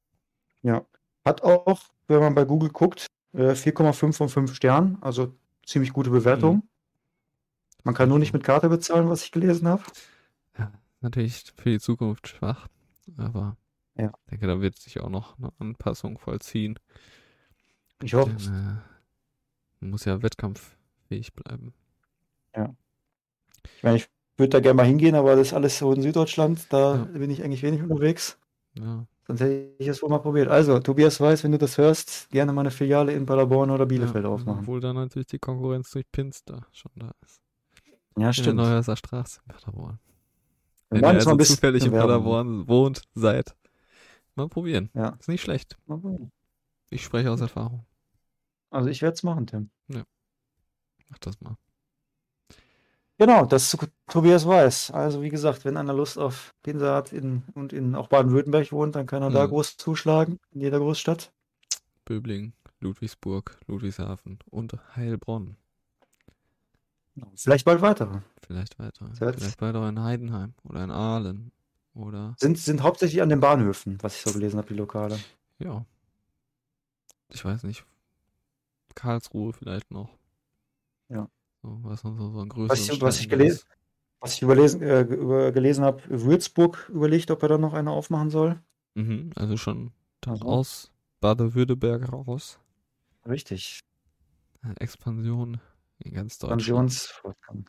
Ja. Hat auch, wenn man bei Google guckt, äh, vier Komma fünf von fünf Sternen, also ziemlich gute Bewertung. Mhm. Man kann nur nicht mit Karte bezahlen, was ich gelesen habe. Ja, natürlich für die Zukunft schwach, aber Ja. ich denke, da wird sich auch noch eine Anpassung vollziehen. Ich hoffe Denn, es. äh, man muss ja wettkampffähig bleiben. Ich meine, ich würde da gerne mal hingehen, aber das ist alles so in Süddeutschland, da Ja. bin ich eigentlich wenig unterwegs. Ja, Sonst hätte ich es wohl mal probiert. Also, Tobias Weiß, wenn du das hörst, gerne mal eine Filiale in Paderborn oder Bielefeld ja, aufmachen. obwohl dann natürlich die Konkurrenz durch Pinster schon da ist. Ja, In der stimmt. Neuhäuser Straße in Paderborn. Wir Wenn machen ihr jetzt mal also ein bisschen zufällig in Werbung. Paderborn wohnt, seid, mal probieren. Ja. Ist nicht schlecht. Ich spreche aus Erfahrung. Also, ich werde es machen, Tim. Mach das mal. Genau, das zu Tobias Weiß. Also, wie gesagt, wenn einer Lust auf Pinsa hat in, und in auch Baden-Württemberg wohnt, dann kann er da Mhm. groß zuschlagen, in jeder Großstadt. Böbling, Ludwigsburg, Ludwigshafen und Heilbronn. Vielleicht bald weitere. Vielleicht weiter. Selbst- Vielleicht weiter in Heidenheim oder in Aalen oder Sind, sind hauptsächlich an den Bahnhöfen, was ich so gelesen habe, die Lokale. ja. Ich weiß nicht. Karlsruhe vielleicht noch. Ja. So, was so, so ein Was größeres ich, was ich gelesen, was ich überlesen, äh, über, gelesen habe, Würzburg überlegt, ob er da noch eine aufmachen soll. Mhm, also schon dann Also. aus Baden-Württemberg raus. Richtig. Eine Expansion in ganz Deutschland. Pensionsvorgang.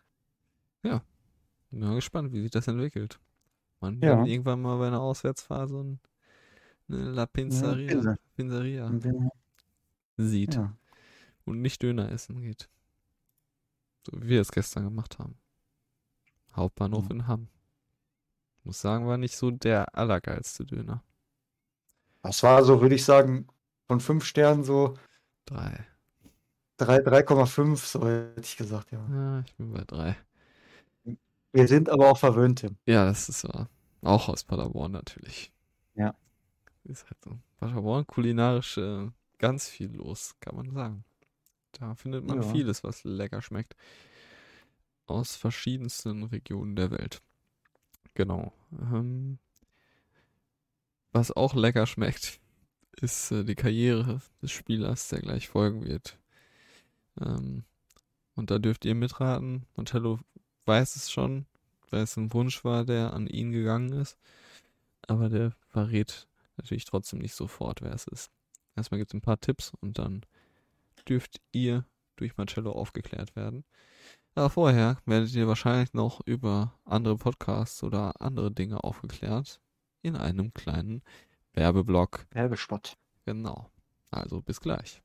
Bin mal gespannt, wie sich das entwickelt. Man Ja. dann irgendwann mal bei einer Auswärtsphase ein- eine La Pinzeria, Pinsa. Pinzeria Ja. sieht Ja. und nicht Döner essen geht. So wie wir es gestern gemacht haben. Hauptbahnhof Ja. in Hamm. Muss sagen, war nicht so der allergeilste Döner. Das war so, würde ich sagen, von fünf Sternen so Drei. drei, drei Komma fünf, so hätte ich gesagt, ja. Ja, ich bin bei drei. Wir sind aber auch verwöhnt, Tim. Ja, das ist wahr. Auch aus Paderborn natürlich. Ja. Ist halt so. Paderborn kulinarisch äh, ganz viel los, kann man sagen. Da findet man Ja. vieles, was lecker schmeckt. Aus verschiedensten Regionen der Welt. Genau. Ähm, was auch lecker schmeckt, ist äh, die Karriere des Spielers, der gleich folgen wird. Ähm, und da dürft ihr mitraten. Marcello weiß es schon, weil es ein Wunsch war, der an ihn gegangen ist. Aber der verrät natürlich trotzdem nicht sofort, wer es ist. Erstmal gibt es ein paar Tipps und dann dürft ihr durch Marcello aufgeklärt werden. Aber vorher werdet ihr wahrscheinlich noch über andere Podcasts oder andere Dinge aufgeklärt in einem kleinen Werbeblock. Werbespot. Genau. Also bis gleich.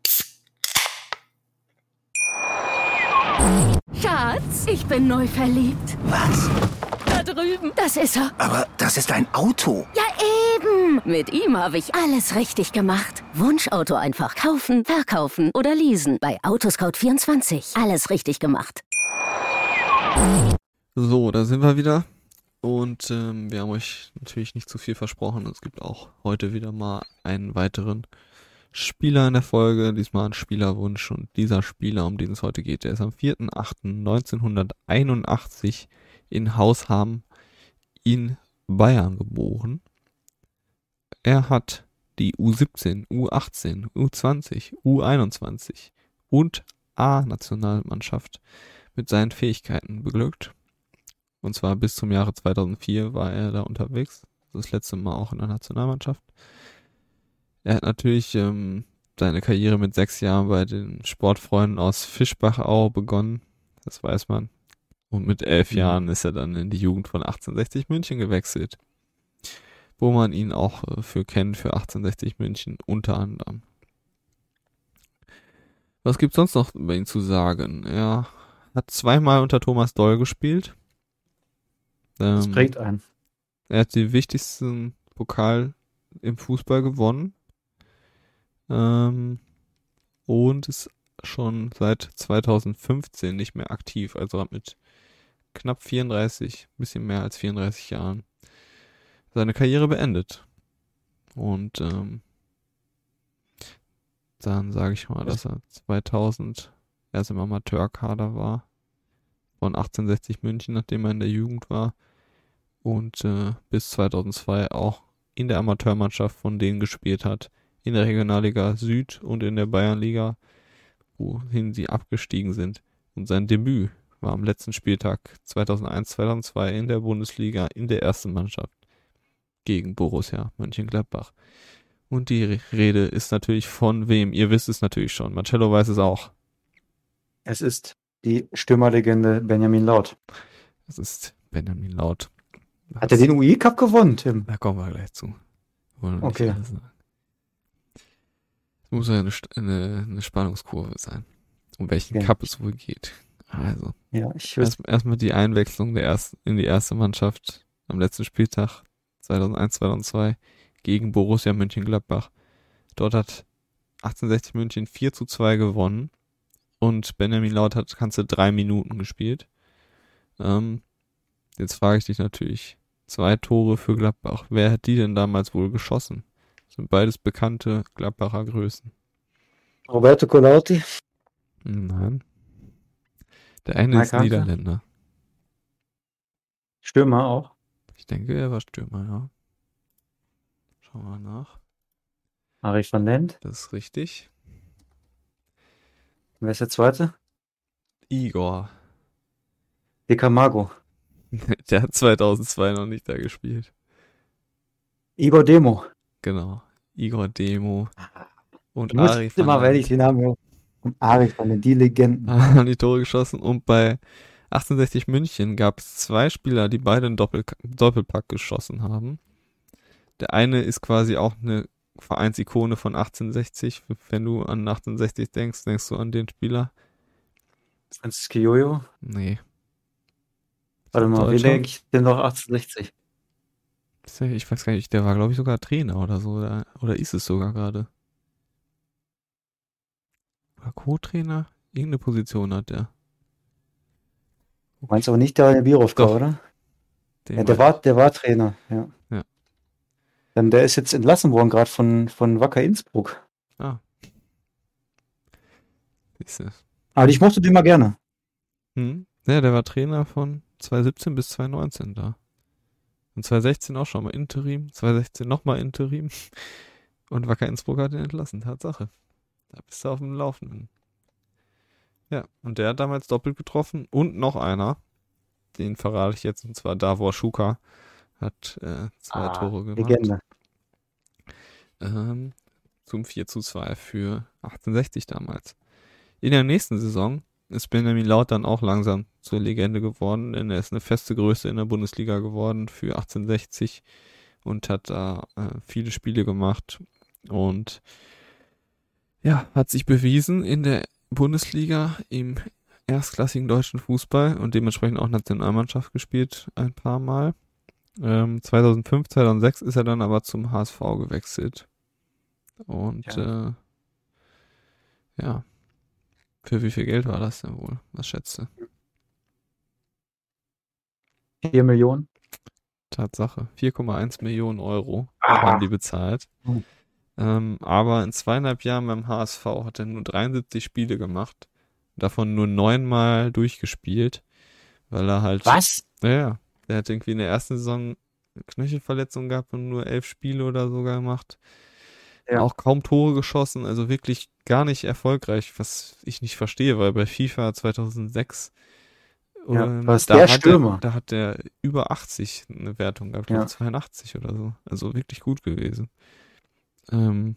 Schatz, ich bin neu verliebt. Was? Da drüben. Das ist er. Aber das ist ein Auto. Ja, eben. Mit ihm habe ich alles richtig gemacht. Wunschauto einfach kaufen, verkaufen oder leasen. Bei Autoscout vierundzwanzig. Alles richtig gemacht. So, da sind wir wieder. Und ähm, wir haben euch natürlich nicht zu viel versprochen. Es gibt auch heute wieder mal einen weiteren Spieler in der Folge. Diesmal ein Spielerwunsch. Und dieser Spieler, um den es heute geht, der ist am vierten achten neunzehnhunderteinundachtzig in Hausham in Bayern geboren. Er hat die U siebzehn, U achtzehn, U zwanzig, U einundzwanzig und A-Nationalmannschaft mit seinen Fähigkeiten beglückt. Und zwar bis zum Jahre zweitausendvier war er da unterwegs. Das letzte Mal auch in der Nationalmannschaft. Er hat natürlich ähm, seine Karriere mit sechs Jahren bei den Sportfreunden aus Fischbachau begonnen. Das weiß man. Und mit elf Jahren ist er dann in die Jugend von achtzehnhundertsechzig München gewechselt. Wo man ihn auch äh, für kennt, für achtzehnhundertsechzig München unter anderem. Was gibt's sonst noch über ihn zu sagen? Er hat zweimal unter Thomas Doll gespielt. Das Ähm, prägt einen. Er hat den wichtigsten Pokal im Fußball gewonnen. Ähm, und ist schon seit zweitausendfünfzehn nicht mehr aktiv. Also hat mit knapp vierunddreißig, bisschen mehr als vierunddreißig Jahren seine Karriere beendet. Und ähm, dann sage ich mal, dass er zweitausend erst im Amateurkader war von achtzehnhundertsechzig München, nachdem er in der Jugend war. Und äh, bis zweitausendzwei auch in der Amateurmannschaft von denen gespielt hat. In der Regionalliga Süd und in der Bayernliga, wohin sie abgestiegen sind. Und sein Debüt war am letzten Spieltag zweitausendeins zweitausendzwei in der Bundesliga in der ersten Mannschaft gegen Borussia Mönchengladbach. Und die Rede ist natürlich von wem? Ihr wisst es natürlich schon. Marcello weiß es auch. Es ist die Stürmerlegende Benjamin Laut. Es ist Benjamin Laut. Hat er den U E Cup gewonnen, Tim? Da kommen wir gleich zu. Wollen wir nicht Okay. alles sagen. Es muss ja eine, St- eine, eine Spannungskurve sein, um welchen Ja. Cup es wohl geht. Also, Ja, ich weiß. erst- erstmal die Einwechslung der ersten, in die erste Mannschaft am letzten Spieltag zweitausendeins zweitausendzwei gegen Borussia Mönchengladbach. Dort hat achtzehnhundertsechzig München vier zu zwei gewonnen und Benjamin Laut hat ganze drei Minuten gespielt. Ähm, jetzt frage ich dich natürlich, zwei Tore für Gladbach. Wer hat die denn damals wohl geschossen? Das sind beides bekannte Gladbacher Größen. Roberto Colautti. Nein. Der eine Mike ist Hanke? Niederländer. Stürmer auch. Ich denke, er war Stürmer, ja. Schauen wir mal nach. Arie van Lent. Das ist richtig. Wer ist der zweite? Igor. De Camargo. Der hat zweitausendzwei noch nicht da gespielt. Igor Demo. Genau. Igor Demo. Und Du musst Ari immer, van wenn Lent ich den Namen höre. Und Arie van Lent, die Legenden. haben die Tore geschossen. Und bei achtzehnhundertsechzig München gab es zwei Spieler, die beide einen Doppel Doppelpack geschossen haben. Der eine ist quasi auch eine Vereinsikone von achtzehnhundertsechzig. Wenn du an achtzehnhundertsechzig denkst, denkst du an den Spieler? Francisco Jojo. Nee. Warte mal, wie Deutscher? denke ich denn noch achtzehnhundertsechzig? Ich weiß gar nicht, der war glaube ich sogar Trainer oder so. Oder, oder ist es sogar gerade? Oder Co-Trainer? Irgendeine Position hat der. Du meinst aber nicht der Birovka, Doch. oder? Den Ja, der meine war, der war Trainer, ja. Ja. Dann der ist jetzt entlassen worden, gerade von, von Wacker Innsbruck. ich. Ah. Siehst du. Aber ich mochte den mal gerne. Hm? Ja, der war Trainer von zweitausendsiebzehn bis zweitausendneunzehn da. Und zwanzig sechzehn auch schon mal Interim, zwanzig sechzehn nochmal Interim. Und Wacker Innsbruck hat ihn entlassen, Tatsache. Da bist du auf dem Laufenden. Ja, und der hat damals doppelt getroffen. Und noch einer, den verrate ich jetzt, und zwar Davor Schuka, hat äh, zwei Ah, Tore gemacht. Legende. Ähm, zum vier zu zwei für achtzehnhundertsechzig damals. In der nächsten Saison ist Benjamin Laut dann auch langsam zur Legende geworden, denn er ist eine feste Größe in der Bundesliga geworden für achtzehnhundertsechzig und hat da äh, viele Spiele gemacht und ja, hat sich bewiesen in der Bundesliga im erstklassigen deutschen Fußball und dementsprechend auch Nationalmannschaft gespielt ein paar Mal. Ähm, zweitausendfünf, zweitausendsechs ist er dann aber zum H S V gewechselt. Und ja. Äh, ja, für wie viel Geld war das denn wohl? Was schätzt du? vier Millionen. Tatsache. vier Komma eins Millionen Euro Ah. haben die bezahlt. Hm. Ähm, aber in zweieinhalb Jahren beim H S V hat er nur dreiundsiebzig Spiele gemacht. Davon nur neunmal durchgespielt. Weil er halt... Was? Ja, der hat irgendwie in der ersten Saison eine Knöchelverletzung gehabt und nur elf Spiele oder so gemacht. Ja. Auch kaum Tore geschossen, also wirklich gar nicht erfolgreich, was ich nicht verstehe, weil bei FIFA zweitausendsechs Ja, ähm, was da, der hat Stürmer. Er, da hat der über achtzig eine Wertung gehabt, Ja. zweiundachtzig oder so. Also wirklich gut gewesen. Ähm,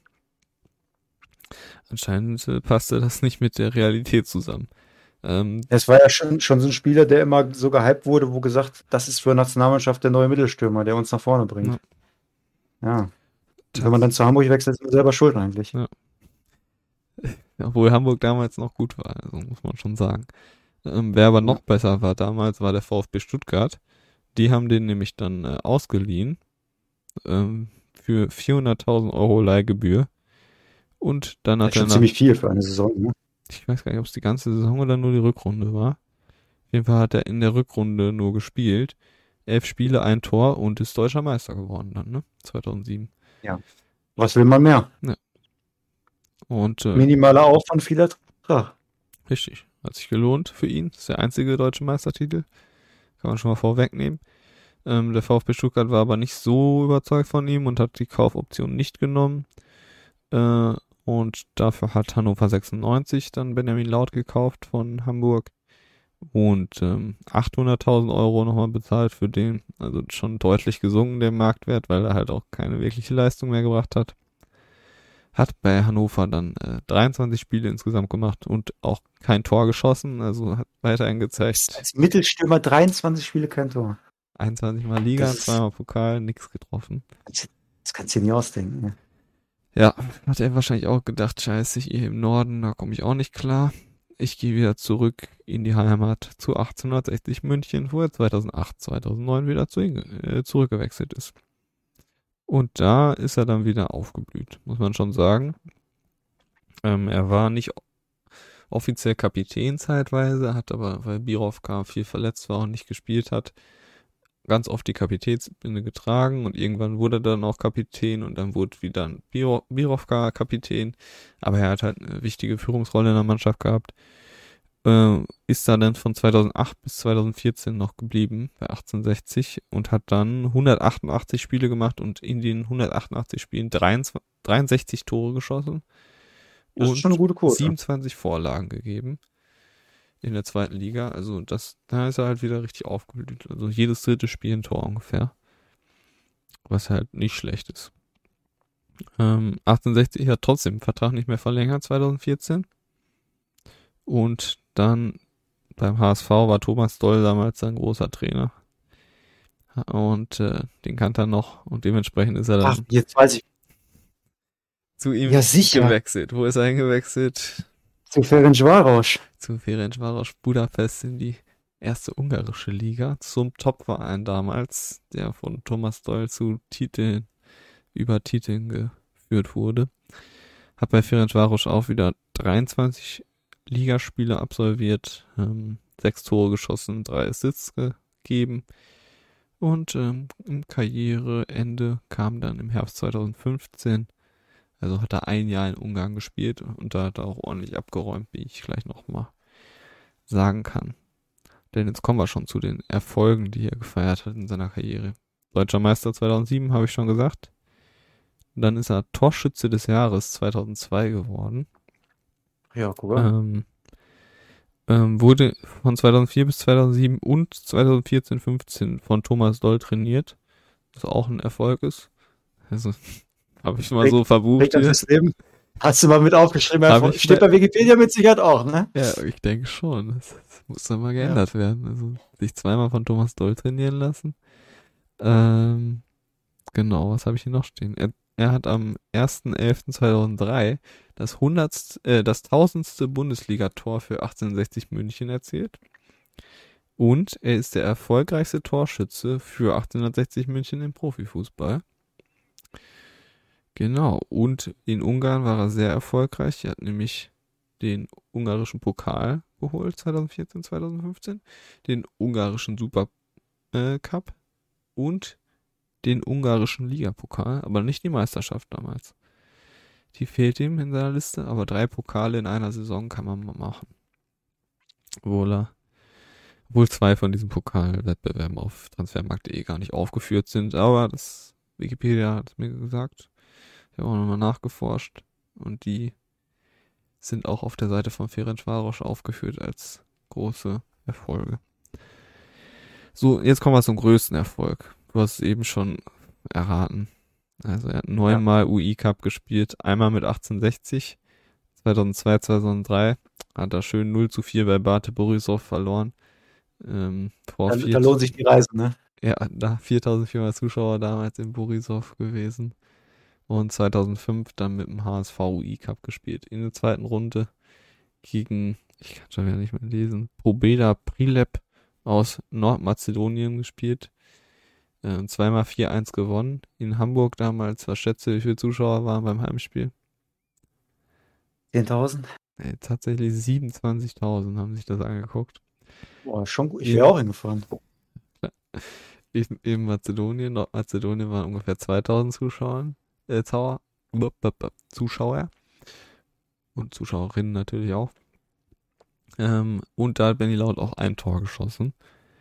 anscheinend äh, passte das nicht mit der Realität zusammen. Ähm, Es war ja schon, schon so ein Spieler, der immer so gehypt wurde, wo gesagt, das ist für Nationalmannschaft der neue Mittelstürmer, der uns nach vorne bringt. Ja. Und wenn man dann zu Hamburg wechselt, ist man selber schuld eigentlich. Ja. Obwohl Hamburg damals noch gut war, also muss man schon sagen. Ähm, wer aber noch Ja. besser war damals, war der VfB Stuttgart. Die haben den nämlich dann äh, ausgeliehen ähm, für vierhunderttausend Euro Leihgebühr. Und dann Das hat ist er schon nach, ziemlich viel für eine Saison. Ne? ich weiß gar nicht, ob es die ganze Saison oder nur die Rückrunde war. Auf jeden Fall hat er in der Rückrunde nur gespielt. Elf Spiele, ein Tor und ist deutscher Meister geworden dann, ne? zweitausendsieben. Was will man mehr? Und äh, Minimaler Aufwand, vieler Ertrag. richtig, hat sich gelohnt für ihn. Das ist der einzige deutsche Meistertitel. Kann man schon mal vorwegnehmen. Ähm, der VfB Stuttgart war aber nicht so überzeugt von ihm und hat die Kaufoption nicht genommen. Äh, und dafür hat Hannover sechsundneunzig dann Benjamin Laut gekauft von Hamburg. Und ähm, achthunderttausend Euro nochmal bezahlt für den. Also schon deutlich gesunken, der Marktwert, weil er halt auch keine wirkliche Leistung mehr gebracht hat. Hat bei Hannover dann äh, dreiundzwanzig Spiele insgesamt gemacht und auch kein Tor geschossen. Also hat weiterhin gezeigt, Als Mittelstürmer dreiundzwanzig Spiele kein Tor. einundzwanzig Mal Liga, Das ist- zweimal Pokal, nichts getroffen. Das kannst du dir nie ausdenken. Ne? Ja, hat er wahrscheinlich auch gedacht, scheiße, hier im Norden, da komme ich auch nicht klar. Ich gehe wieder zurück in die Heimat zu achtzehnhundertsechzig München, wo er zweitausendacht, zweitausendneun wieder zu, äh, zurückgewechselt ist. Und da ist er dann wieder aufgeblüht, muss man schon sagen. Ähm, er war nicht offiziell Kapitän zeitweise, hat aber, weil Birovka viel verletzt war und nicht gespielt hat, ganz oft die Kapitänsbinde getragen und irgendwann wurde er dann auch Kapitän und dann wurde wieder ein Biro- Birovka Kapitän, aber er hat halt eine wichtige Führungsrolle in der Mannschaft gehabt. Äh, ist da dann von zweitausendacht bis zweitausendvierzehn noch geblieben bei achtzehnhundertsechzig und hat dann hundertachtundachtzig Spiele gemacht und in den hundertachtundachtzig Spielen dreiundzwanzig, dreiundsechzig Tore geschossen Das und ist schon eine gute Quote. siebenundzwanzig Vorlagen gegeben in der zweiten Liga. Also das, da ist er halt wieder richtig aufgeblüht. Also jedes dritte Spiel ein Tor ungefähr. Was halt nicht schlecht ist. Ähm, achtzehnhundertsechzig hat trotzdem den Vertrag nicht mehr verlängert, zweitausendvierzehn. Und dann beim H S V war Thomas Doll damals sein großer Trainer. Und äh, den kannte er noch. Und dementsprechend ist er dann Ach, jetzt weiß ich. zu ihm Ja, sicher. gewechselt. Wo ist er hingewechselt? Zu Ferencváros. Zu Ferencváros Budapest in die erste ungarische Liga, zum Topverein damals, der von Thomas Doll zu Titeln, über Titeln geführt wurde. Hat bei Ferencváros auch wieder dreiundzwanzig Ligaspiele absolviert, ähm, sechs Tore geschossen, drei Assists gegeben und ähm, im Karriereende kam dann im Herbst zweitausendfünfzehn. Also hat er ein Jahr in Ungarn gespielt und da hat er auch ordentlich abgeräumt, wie ich gleich nochmal sagen kann. Denn jetzt kommen wir schon zu den Erfolgen, die er gefeiert hat in seiner Karriere. Deutscher Meister zweitausendsieben, habe ich schon gesagt. Dann ist er Torschütze des Jahres zweitausendzwei geworden. Ja, cool. Ähm, ähm, wurde von zweitausendvier bis zweitausendsieben und zweitausendvierzehn fünfzehn von Thomas Doll trainiert. Was auch ein Erfolg ist. Also, habe ich mal so verbucht Weg hier. fürs Leben. Hast du mal mit aufgeschrieben? Hab Erfolg. ich Steht mal- bei Wikipedia mit Sicherheit auch, ne? Ja, ich denke schon. Das, das muss dann mal geändert werden. Also, sich zweimal von Thomas Doll trainieren lassen. Ähm, genau, was habe ich hier noch stehen? Er, er hat am erster elfter zweitausenddrei das hundertste, äh, das tausendste Bundesligator für achtzehnhundertsechzig München erzielt. Und er ist der erfolgreichste Torschütze für achtzehnhundertsechzig München im Profifußball. Genau, und in Ungarn war er sehr erfolgreich. Er hat nämlich den ungarischen Pokal geholt, zweitausendvierzehn, zweitausendfünfzehn, den ungarischen Super äh, Cup und den ungarischen Ligapokal, aber nicht die Meisterschaft damals. Die fehlt ihm in seiner Liste, aber drei Pokale in einer Saison kann man mal machen. Obwohl er, obwohl zwei von diesen Pokalwettbewerben auf transfermarkt punkt de gar nicht aufgeführt sind, aber das Wikipedia hat es mir gesagt. Ich habe auch nochmal nachgeforscht und die sind auch auf der Seite von Ferencváros aufgeführt als große Erfolge. So, jetzt kommen wir zum größten Erfolg. Du hast es eben schon erraten. Also er hat neunmal U I Cup gespielt, einmal mit achtzehnhundertsechzig, zweitausendzwei, zweitausenddrei hat er schön null zu vier bei Bate Borisov verloren. Ähm, vor Da, vier, da lohnt sich die Reise, ne? ja, da viertausendvierhundert Zuschauer damals in Borisov gewesen. Und zweitausendfünf dann mit dem H S V U I Cup gespielt. In der zweiten Runde gegen, ich kann schon wieder nicht mehr lesen, Pobeda Prilep aus Nordmazedonien gespielt. Äh, zweimal vier eins gewonnen. In Hamburg damals, was schätze ich, wie viele Zuschauer waren beim Heimspiel? zehntausend? Äh, tatsächlich siebenundzwanzigtausend haben sich das angeguckt. Boah, schon gut. Ich Ja. wäre auch hingefahren. Ich, in Mazedonien, Nordmazedonien waren ungefähr zweitausend Zuschauer, äh, Zauer, bup, bup, bup, Zuschauer und Zuschauerinnen natürlich auch. Ähm, und da hat Benny Laut auch ein Tor geschossen.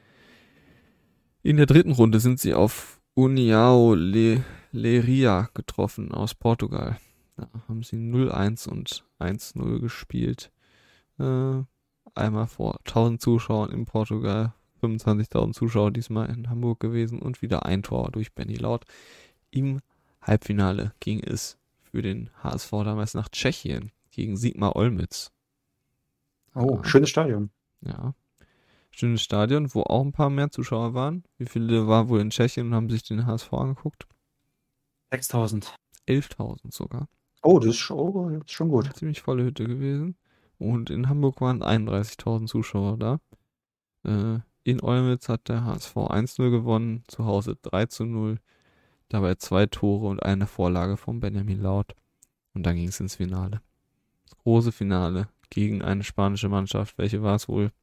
In der dritten Runde sind sie auf União Le, Leiria getroffen aus Portugal. Da haben sie null eins und eins null gespielt. Äh, einmal vor tausend Zuschauern in Portugal, fünfundzwanzigtausend Zuschauer diesmal in Hamburg gewesen und wieder ein Tor durch Benny Laut. Im Halbfinale ging es für den H S V damals nach Tschechien gegen Sigmar Olmütz. Oh, Ja. schönes Stadion. Ja. Schönes Stadion, wo auch ein paar mehr Zuschauer waren. Wie viele waren wohl in Tschechien und haben sich den H S V angeguckt? sechstausend. elftausend sogar. Oh, das ist schon, oh, das ist schon gut. Eine ziemlich volle Hütte gewesen. Und in Hamburg waren einunddreißigtausend Zuschauer da. Äh, in Olmütz hat der H S V eins null gewonnen, zu Hause drei zu null. Dabei zwei Tore und eine Vorlage von Benjamin Laut. Und dann ging es ins Finale. Das große Finale gegen eine spanische Mannschaft. Welche war es wohl?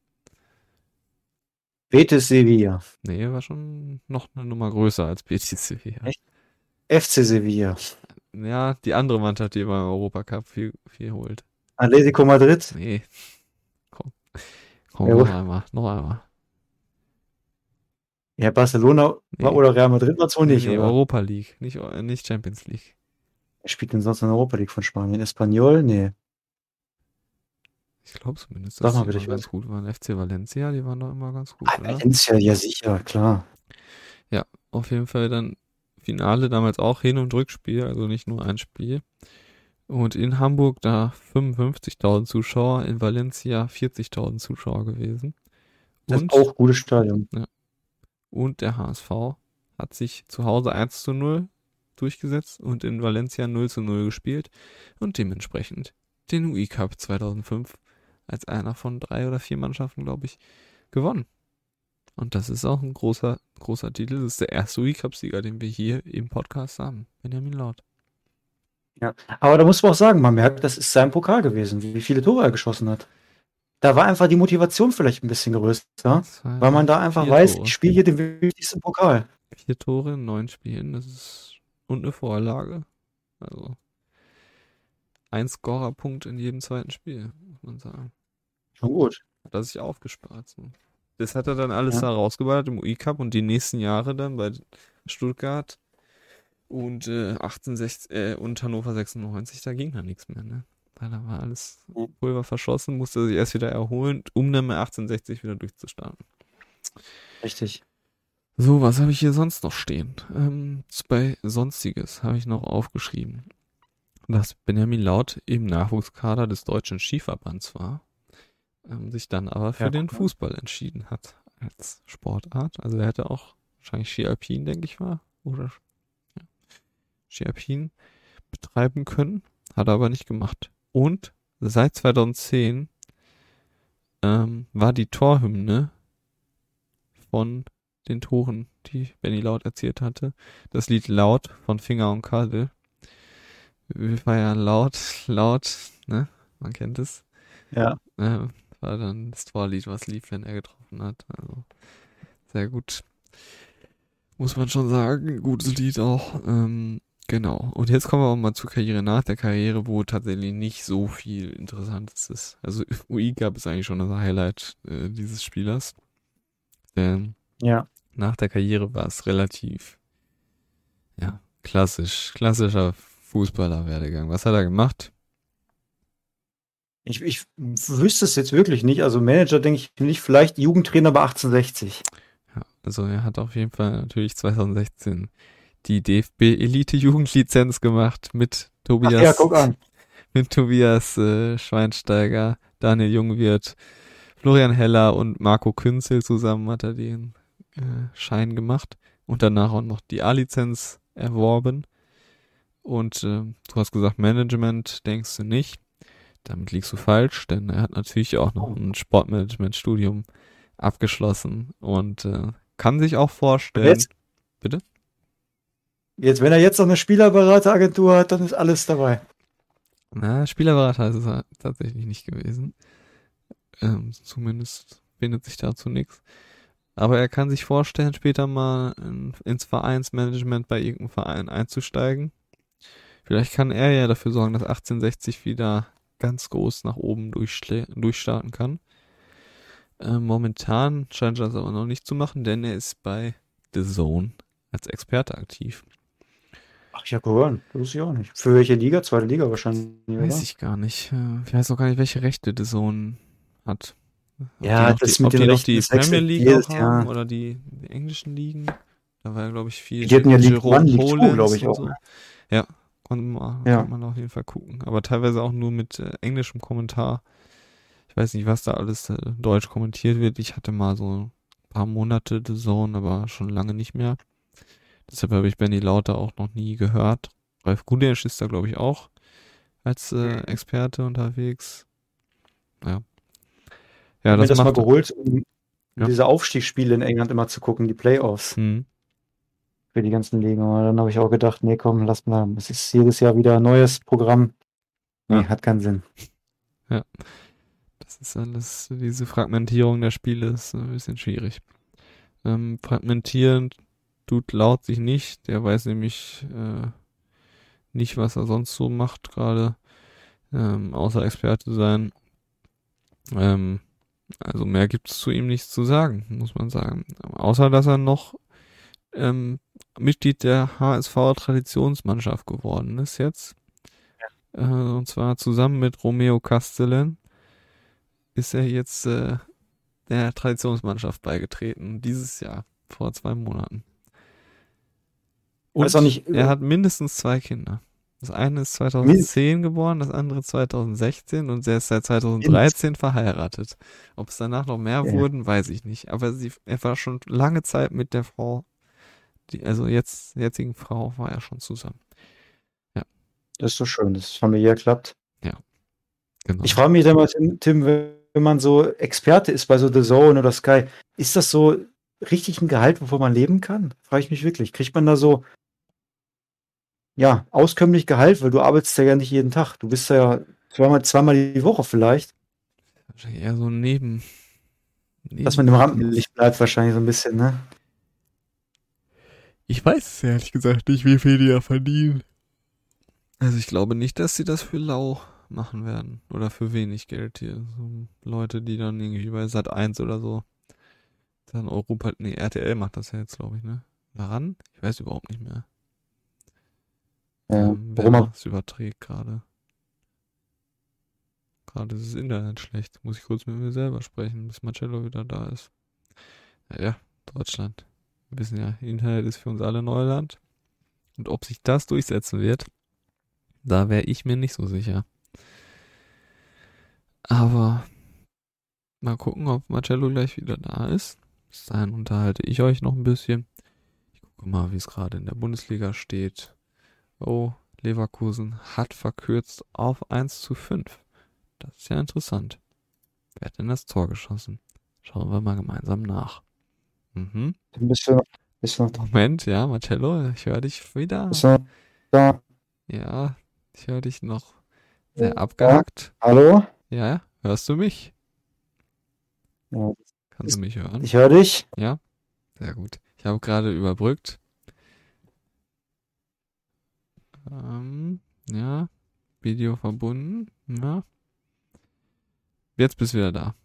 Betis Sevilla. Nee, war schon noch eine Nummer größer als Betis Sevilla. Echt? F C Sevilla. Ja, die andere Mannschaft, die beim Europacup viel, viel holt. Atletico Madrid. Nee. Komm. Komm, Ja, noch gut. einmal, noch einmal. Ja, Barcelona Nee. war, oder Real Madrid war es wohl nicht, nee, oder? Europa League, nicht, äh, nicht Champions League. Wer spielt denn sonst in der Europa League von Spanien? Espanyol? Nee. Ich glaube zumindest, Sag dass mal die bitte, immer ich ganz weiß. gut waren. F C Valencia, die waren doch immer ganz gut, Ah, oder? Valencia, ja sicher, klar. Auf jeden Fall dann Finale, damals auch Hin- und Rückspiel, also nicht nur ein Spiel. Und in Hamburg da fünfundfünfzigtausend Zuschauer, in Valencia vierzigtausend Zuschauer gewesen. Das Und, ist auch ein gutes Stadion. und der H S V hat sich zu Hause eins zu null durchgesetzt und in Valencia null zu null gespielt und dementsprechend den U I Cup zweitausendfünf als einer von drei oder vier Mannschaften, glaube ich, gewonnen. Und das ist auch ein großer, großer Titel. Das ist der erste U I Cup-Sieger, den wir hier im Podcast haben. Benjamin Laut. Aber da muss man auch sagen, man merkt, das ist sein Pokal gewesen, wie viele Tore er geschossen hat. Da war einfach die Motivation vielleicht ein bisschen größer, Zwei, weil man da einfach vier weiß, Tore. ich spiele hier den wichtigsten Pokal. Vier Tore in neun Spielen, das ist und eine Vorlage. Also ein Scorerpunkt in jedem zweiten Spiel, muss man sagen. Schon gut. Hat er sich aufgespart. So. Das hat er dann alles Ja. da rausgeballert im U I-Cup und die nächsten Jahre dann bei Stuttgart und äh, achtundsechzig äh, und Hannover sechsundneunzig, da ging dann nichts mehr, ne? Weil da war alles Mhm. Pulver verschossen, musste sich erst wieder erholen, um dann mit achtundsechzig wieder durchzustarten. Richtig. So, was habe ich hier sonst noch stehen? Ähm, bei Sonstiges habe ich noch aufgeschrieben, dass Benjamin Laut im Nachwuchskader des Deutschen Skiverbands war, ähm, sich dann aber für Ja, den guck mal. Fußball entschieden hat als Sportart. Also er hätte auch wahrscheinlich Ski Alpin, denke ich mal, oder ja, Ski Alpin betreiben können, hat er aber nicht gemacht. Und seit zweitausendzehn ähm, war die Torhymne von den Toren, die Benny Laut erzielt hatte, das Lied Laut von Finger und Kadel. Wir feiern laut, laut, ne? Man kennt es. Ja. Äh, war dann das Torlied, was lief, wenn er getroffen hat. Also sehr gut. Muss man schon sagen. Gutes Lied auch. Ähm, genau. Und jetzt kommen wir auch mal zur Karriere nach der Karriere, wo tatsächlich nicht so viel Interessantes ist. Also U I gab es eigentlich schon das Highlight äh, dieses Spielers. Ähm, Ja. nach der Karriere war es relativ, ja, klassisch, klassischer Fußballer-Werdegang. Was hat er gemacht? Ich, ich wüsste es jetzt wirklich nicht. Also Manager denke ich nicht, vielleicht Jugendtrainer bei achtzehnhundertsechzig. Ja, also er hat auf jeden Fall natürlich zweitausendsechzehn die D F B-Elite-Jugendlizenz gemacht mit Ach Tobias, ja, guck an. mit Tobias äh, Schweinsteiger, Daniel Jungwirth, Florian Heller und Marco Künzel zusammen hat er den äh, Schein gemacht und danach auch noch die A-Lizenz erworben. Und äh, du hast gesagt, Management denkst du nicht. Damit liegst du falsch, denn er hat natürlich auch noch ein Sportmanagement-Studium abgeschlossen und äh, kann sich auch vorstellen. Jetzt? Bitte? Jetzt, wenn er jetzt noch eine Spielerberateragentur hat, dann ist alles dabei. Na, Spielerberater ist es halt tatsächlich nicht gewesen. Ähm, zumindest findet sich dazu nichts. Aber er kann sich vorstellen, später mal in, ins Vereinsmanagement bei irgendeinem Verein einzusteigen. Vielleicht kann er ja dafür sorgen, dass achtzehnhundertsechzig wieder ganz groß nach oben durchschlä- durchstarten kann. Äh, momentan scheint er das aber noch nicht zu machen, denn er ist bei The Zone als Experte aktiv. Ach ja, gehören. Das wusste ich auch nicht. Für welche Liga? Zweite Liga wahrscheinlich, Weiß oder? ich gar nicht. Äh, Ich weiß auch gar nicht, welche Rechte The Zone hat. Ob Ja, die noch das die, mit ob den die noch Rechten, die das Premier wechselt League jedes auch haben Jahr. oder die, die englischen Ligen. Da war ja, glaube ich, viel Die hatten ja League Jerome One, League Two, Polenz glaube ich und auch. so. Ja, konnte man, Ja. konnte man auf jeden Fall gucken. Aber teilweise auch nur mit äh, englischem Kommentar. Ich weiß nicht, was da alles äh, deutsch kommentiert wird. Ich hatte mal so ein paar Monate The Zone, aber schon lange nicht mehr. Deshalb habe ich Benny Lauter auch noch nie gehört. Ralf Gunesch ist da, glaube ich, auch als äh, Experte unterwegs. Ja. Ja, Ich habe mir das das mal macht er. geholt, um Ja. diese Aufstiegsspiele in England immer zu gucken, die Playoffs Hm. für die ganzen Ligen. Aber dann habe ich auch gedacht, nee, komm, lass mal. Es ist jedes Jahr wieder ein neues Programm. Nee, Ja. hat keinen Sinn. Das ist alles, diese Fragmentierung der Spiele ist ein bisschen schwierig. Ähm, fragmentieren tut Laut sich nicht. Der weiß nämlich äh, nicht, was er sonst so macht gerade, ähm, außer Experte sein. Ähm, also mehr gibt es zu ihm nichts zu sagen, muss man sagen. Außer, dass er noch ähm, Mitglied der H S V-Traditionsmannschaft geworden ist jetzt. Äh, und zwar zusammen mit Romeo Castellan ist er jetzt äh, der Traditionsmannschaft beigetreten. Dieses Jahr, vor zwei Monaten. Und Weiß auch nicht, er hat mindestens zwei Kinder. Das eine ist zweitausendzehn geboren, das andere zweitausendsechzehn und er ist seit zweitausenddreizehn verheiratet. Ob es danach noch mehr Ja. wurden, weiß ich nicht. Aber sie, er war schon lange Zeit mit der Frau, die, also jetzt jetzigen Frau, war er schon zusammen. Das ist so schön, dass es familiär klappt. Genau. Ich frage mich dann mal, Tim, Tim, wenn man so Experte ist bei so The Zone oder Sky, ist das so richtig ein Gehalt, wovon man leben kann? Frage ich mich wirklich. Kriegt man da so, ja, auskömmlich Gehalt, weil du arbeitest ja nicht jeden Tag. Du bist ja zweimal, zweimal die Woche vielleicht, Wahrscheinlich eher so neben. dass man im Rampenlicht bleibt wahrscheinlich so ein bisschen, ne? Ich weiß es ehrlich gesagt nicht, wie viel die da verdienen. Also ich glaube nicht, dass sie das für lau machen werden. Oder für wenig Geld hier. So Leute, die dann irgendwie bei Sat eins oder so Dann Europa, nee, R T L macht das ja jetzt, glaube ich, ne? Daran? Ich weiß überhaupt nicht mehr. Ja, Ähm, wer warum er- das überträgt gerade. Gerade ist das Internet schlecht. Muss ich kurz mit mir selber sprechen, bis Marcello wieder da ist. Naja, Deutschland. Wir wissen ja, Internet ist für uns alle Neuland. Und ob sich das durchsetzen wird, da wäre ich mir nicht so sicher. Aber mal gucken, ob Marcello gleich wieder da ist. Bis dahin unterhalte ich euch noch ein bisschen. Ich gucke mal, wie es gerade in der Bundesliga steht. Oh, Leverkusen hat verkürzt auf eins zu fünf. Das ist ja interessant. Wer hat denn das Tor geschossen? Schauen wir mal gemeinsam nach. Mhm. Bist du, bist du noch da? Moment, ja, Marcello, ich höre dich wieder. Bist du noch da? Ja, ich höre dich noch sehr Ja. abgehackt. Hallo? Ja, hörst du mich? Ja, Kannst du mich hören? ich höre dich. Ja, sehr gut. Ich habe gerade überbrückt. Ähm, ja, Video verbunden. Ja. Jetzt bist du wieder da.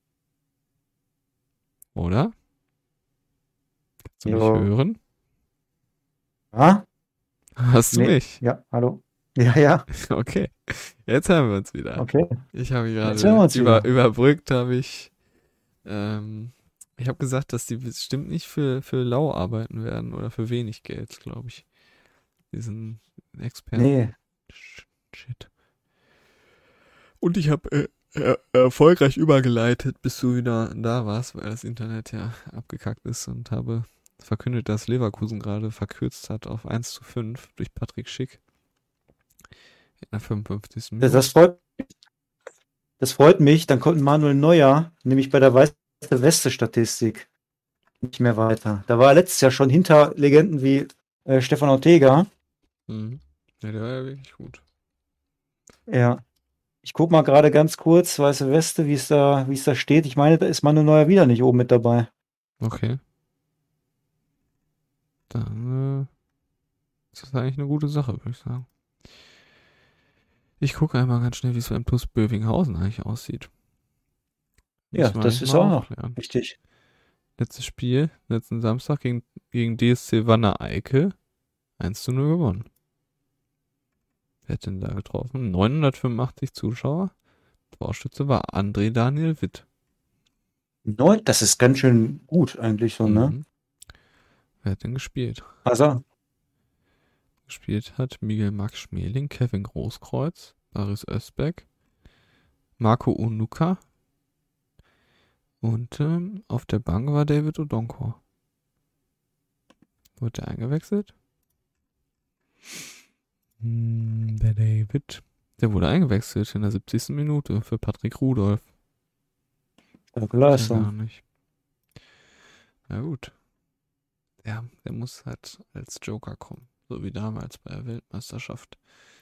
Oder? Kannst du mich Ja. hören? Ja? Hörst du Nee. mich? Ja, hallo. Ja, ja, Okay, jetzt hören wir uns wieder. okay. Ich habe Jetzt hören wir gerade uns über, wieder. überbrückt, habe ich, ähm, ich habe gesagt, dass die bestimmt nicht für, für lau arbeiten werden oder für wenig Geld, glaube ich. Diesen Experten. Nee. Shit. Und ich habe äh, er, erfolgreich übergeleitet, bis du wieder da warst, weil das Internet ja abgekackt ist, und habe verkündet, dass Leverkusen gerade verkürzt hat auf eins zu fünf durch Patrick Schick. In der fünfundfünfzigsten Das, Minute. das, freut, das freut mich. Dann kommt Manuel Neuer, nämlich bei der Weiße Weste-Statistik, nicht mehr weiter. Da war er letztes Jahr schon hinter Legenden wie äh, Stefan Ortega. Mhm. Ja, der war ja wirklich gut. Ja. Ich gucke mal gerade ganz kurz, Weiße Weste, wie es da, wie es da steht. Ich meine, da ist Manuel Neuer wieder nicht oben mit dabei. Okay. Dann äh, ist das eigentlich eine gute Sache, würde ich sagen. Ich gucke einmal ganz schnell, wie es beim TuS Bövinghausen eigentlich aussieht. Ja, Muss man das eigentlich ist mal auch noch aufklären. wichtig. Letztes Spiel, letzten Samstag gegen, gegen D S C Wanne-Eickel eins zu null gewonnen. Wer hat denn da getroffen? neunhundertfünfundachtzig Zuschauer. Torschütze war André Daniel Witt. Neun, das ist ganz schön gut eigentlich so, ne? Mhm. Wer hat denn gespielt? Also, Gespielt hat Miguel Max Schmeling, Kevin Großkreuz, Baris Özbeck, Marco Unuka und ähm, auf der Bank war David Odonkor. Wurde der eingewechselt? Hm, der David. Der wurde eingewechselt in der siebzigsten Minute für Patrick Rudolph. starke Ja, gar Leistung. nicht. Na gut. Ja, der muss halt als Joker kommen. So wie damals bei der Weltmeisterschaft.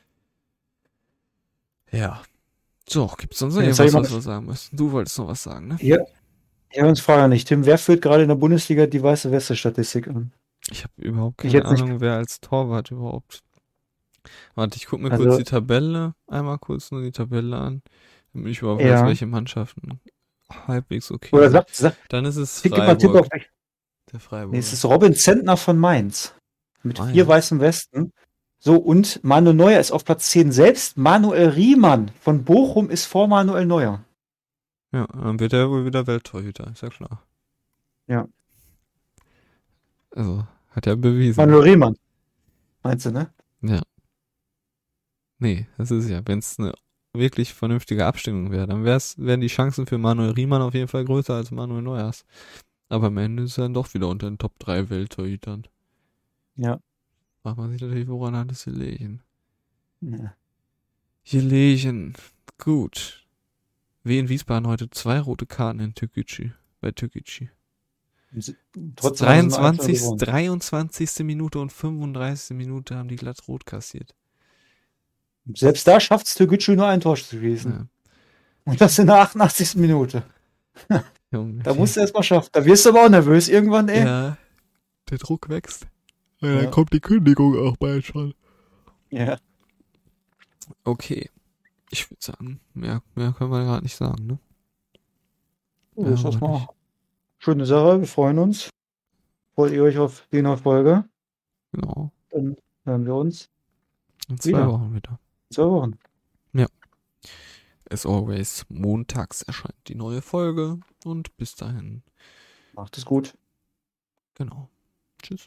Ja. So, gibt's sonst noch Jetzt irgendwas, hab ich was mal- wir sagen müssen? Du wolltest noch was sagen, ne? Ja, ja, uns fragen nicht. Tim, wer führt gerade in der Bundesliga die Weiße Weste-Statistik an? Ich habe überhaupt Ich keine jetzt nicht- Ahnung, wer als Torwart überhaupt. Warte, ich gucke mir Also- kurz die Tabelle, einmal kurz nur die Tabelle an, damit ich überhaupt Ja. weiß, welche Mannschaften halbwegs okay Oder sind. sagt, sagt Dann ist es gib mal einen Tipp auf Freiburg. Der Freiburg. Nee, es ist Robin Zentner von Mainz. Mit Mainz. vier weißen Westen. So, und Manuel Neuer ist auf Platz zehn selbst. Manuel Riemann von Bochum ist vor Manuel Neuer. Ja, dann wird er wohl wieder Welttorhüter, ist ja klar. Ja. Also, hat er bewiesen. Manuel Riemann. Meinst du, ne? Ja. Nee, das ist ja, wenn es eine wirklich vernünftige Abstimmung wäre, dann wär's, wären die Chancen für Manuel Riemann auf jeden Fall größer als Manuel Neuers. Aber am Ende ist er dann doch wieder unter den Top drei Welttorhütern. Ja. Fragt man sich natürlich, woran hat es gelegen? Ja. Gelegen. Gut. W in Wiesbaden heute zwei rote Karten in Türkgücü. Bei Türkgücü. Trotzdem haben sie nur eins dreiundzwanzigste gewonnen. dreiundzwanzigste Minute und fünfunddreißigste Minute haben die glatt rot kassiert. Selbst da schafft es Türkgücü nur ein Tor zu schießen. Ja. Und das in der achtundachtzigsten Minute. Junge, Da musst du erst mal schaffen. Da wirst du aber auch nervös irgendwann, ey. Ja, der Druck wächst. Ja, Ja. dann kommt die Kündigung auch bald schon. Ja. Okay. Ich würde sagen, mehr, mehr können wir gerade nicht sagen, ne? Das ist Ja, erstmal aber schöne Sache. Wir freuen uns. Freut ihr euch auf die neue Folge? Genau. Dann hören wir uns In zwei Wieder. Wochen wieder. in zwei Wochen. As always, montags erscheint die neue Folge und bis dahin, Macht es gut. genau. Tschüss.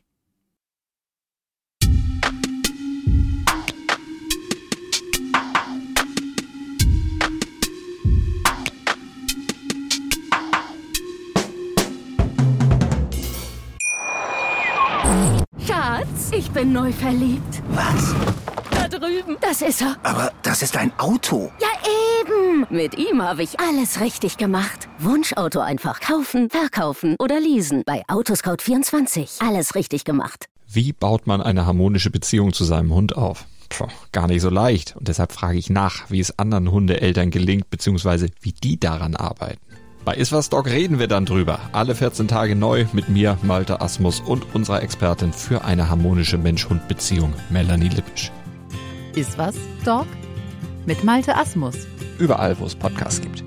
Schatz, ich bin neu verliebt. Was? Da drüben. Das ist er. Aber das ist ein Auto. Ja, eben. Mit ihm habe ich alles richtig gemacht. Wunschauto einfach kaufen, verkaufen oder leasen. Bei Autoscout vierundzwanzig. Alles richtig gemacht. Wie baut man eine harmonische Beziehung zu seinem Hund auf? Puh, gar nicht so leicht. Und deshalb frage ich nach, wie es anderen Hundeeltern gelingt, beziehungsweise wie die daran arbeiten. Bei Iswas Dog reden wir dann drüber. Alle vierzehn Tage neu mit mir, Malte Asmus und unserer Expertin für eine harmonische Mensch-Hund-Beziehung, Melanie Lippisch. Iswas Dog mit Malte Asmus. Überall, wo es Podcasts gibt.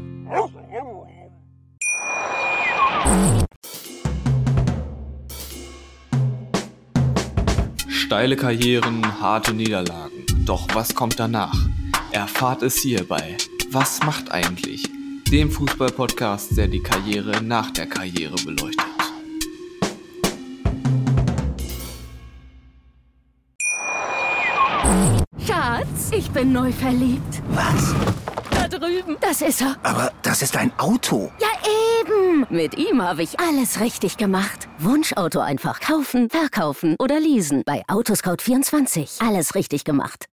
Steile Karrieren, harte Niederlagen. Doch was kommt danach? Erfahrt es hier bei Was macht eigentlich? Dem Fußball-Podcast, der die Karriere nach der Karriere beleuchtet. Schatz, ich bin neu verliebt. Was? Da drüben. Das ist er. Aber das ist ein Auto. Ja, eben. Mit ihm habe ich alles richtig gemacht. Wunschauto einfach kaufen, verkaufen oder leasen. Bei Autoscout vierundzwanzig. Alles richtig gemacht.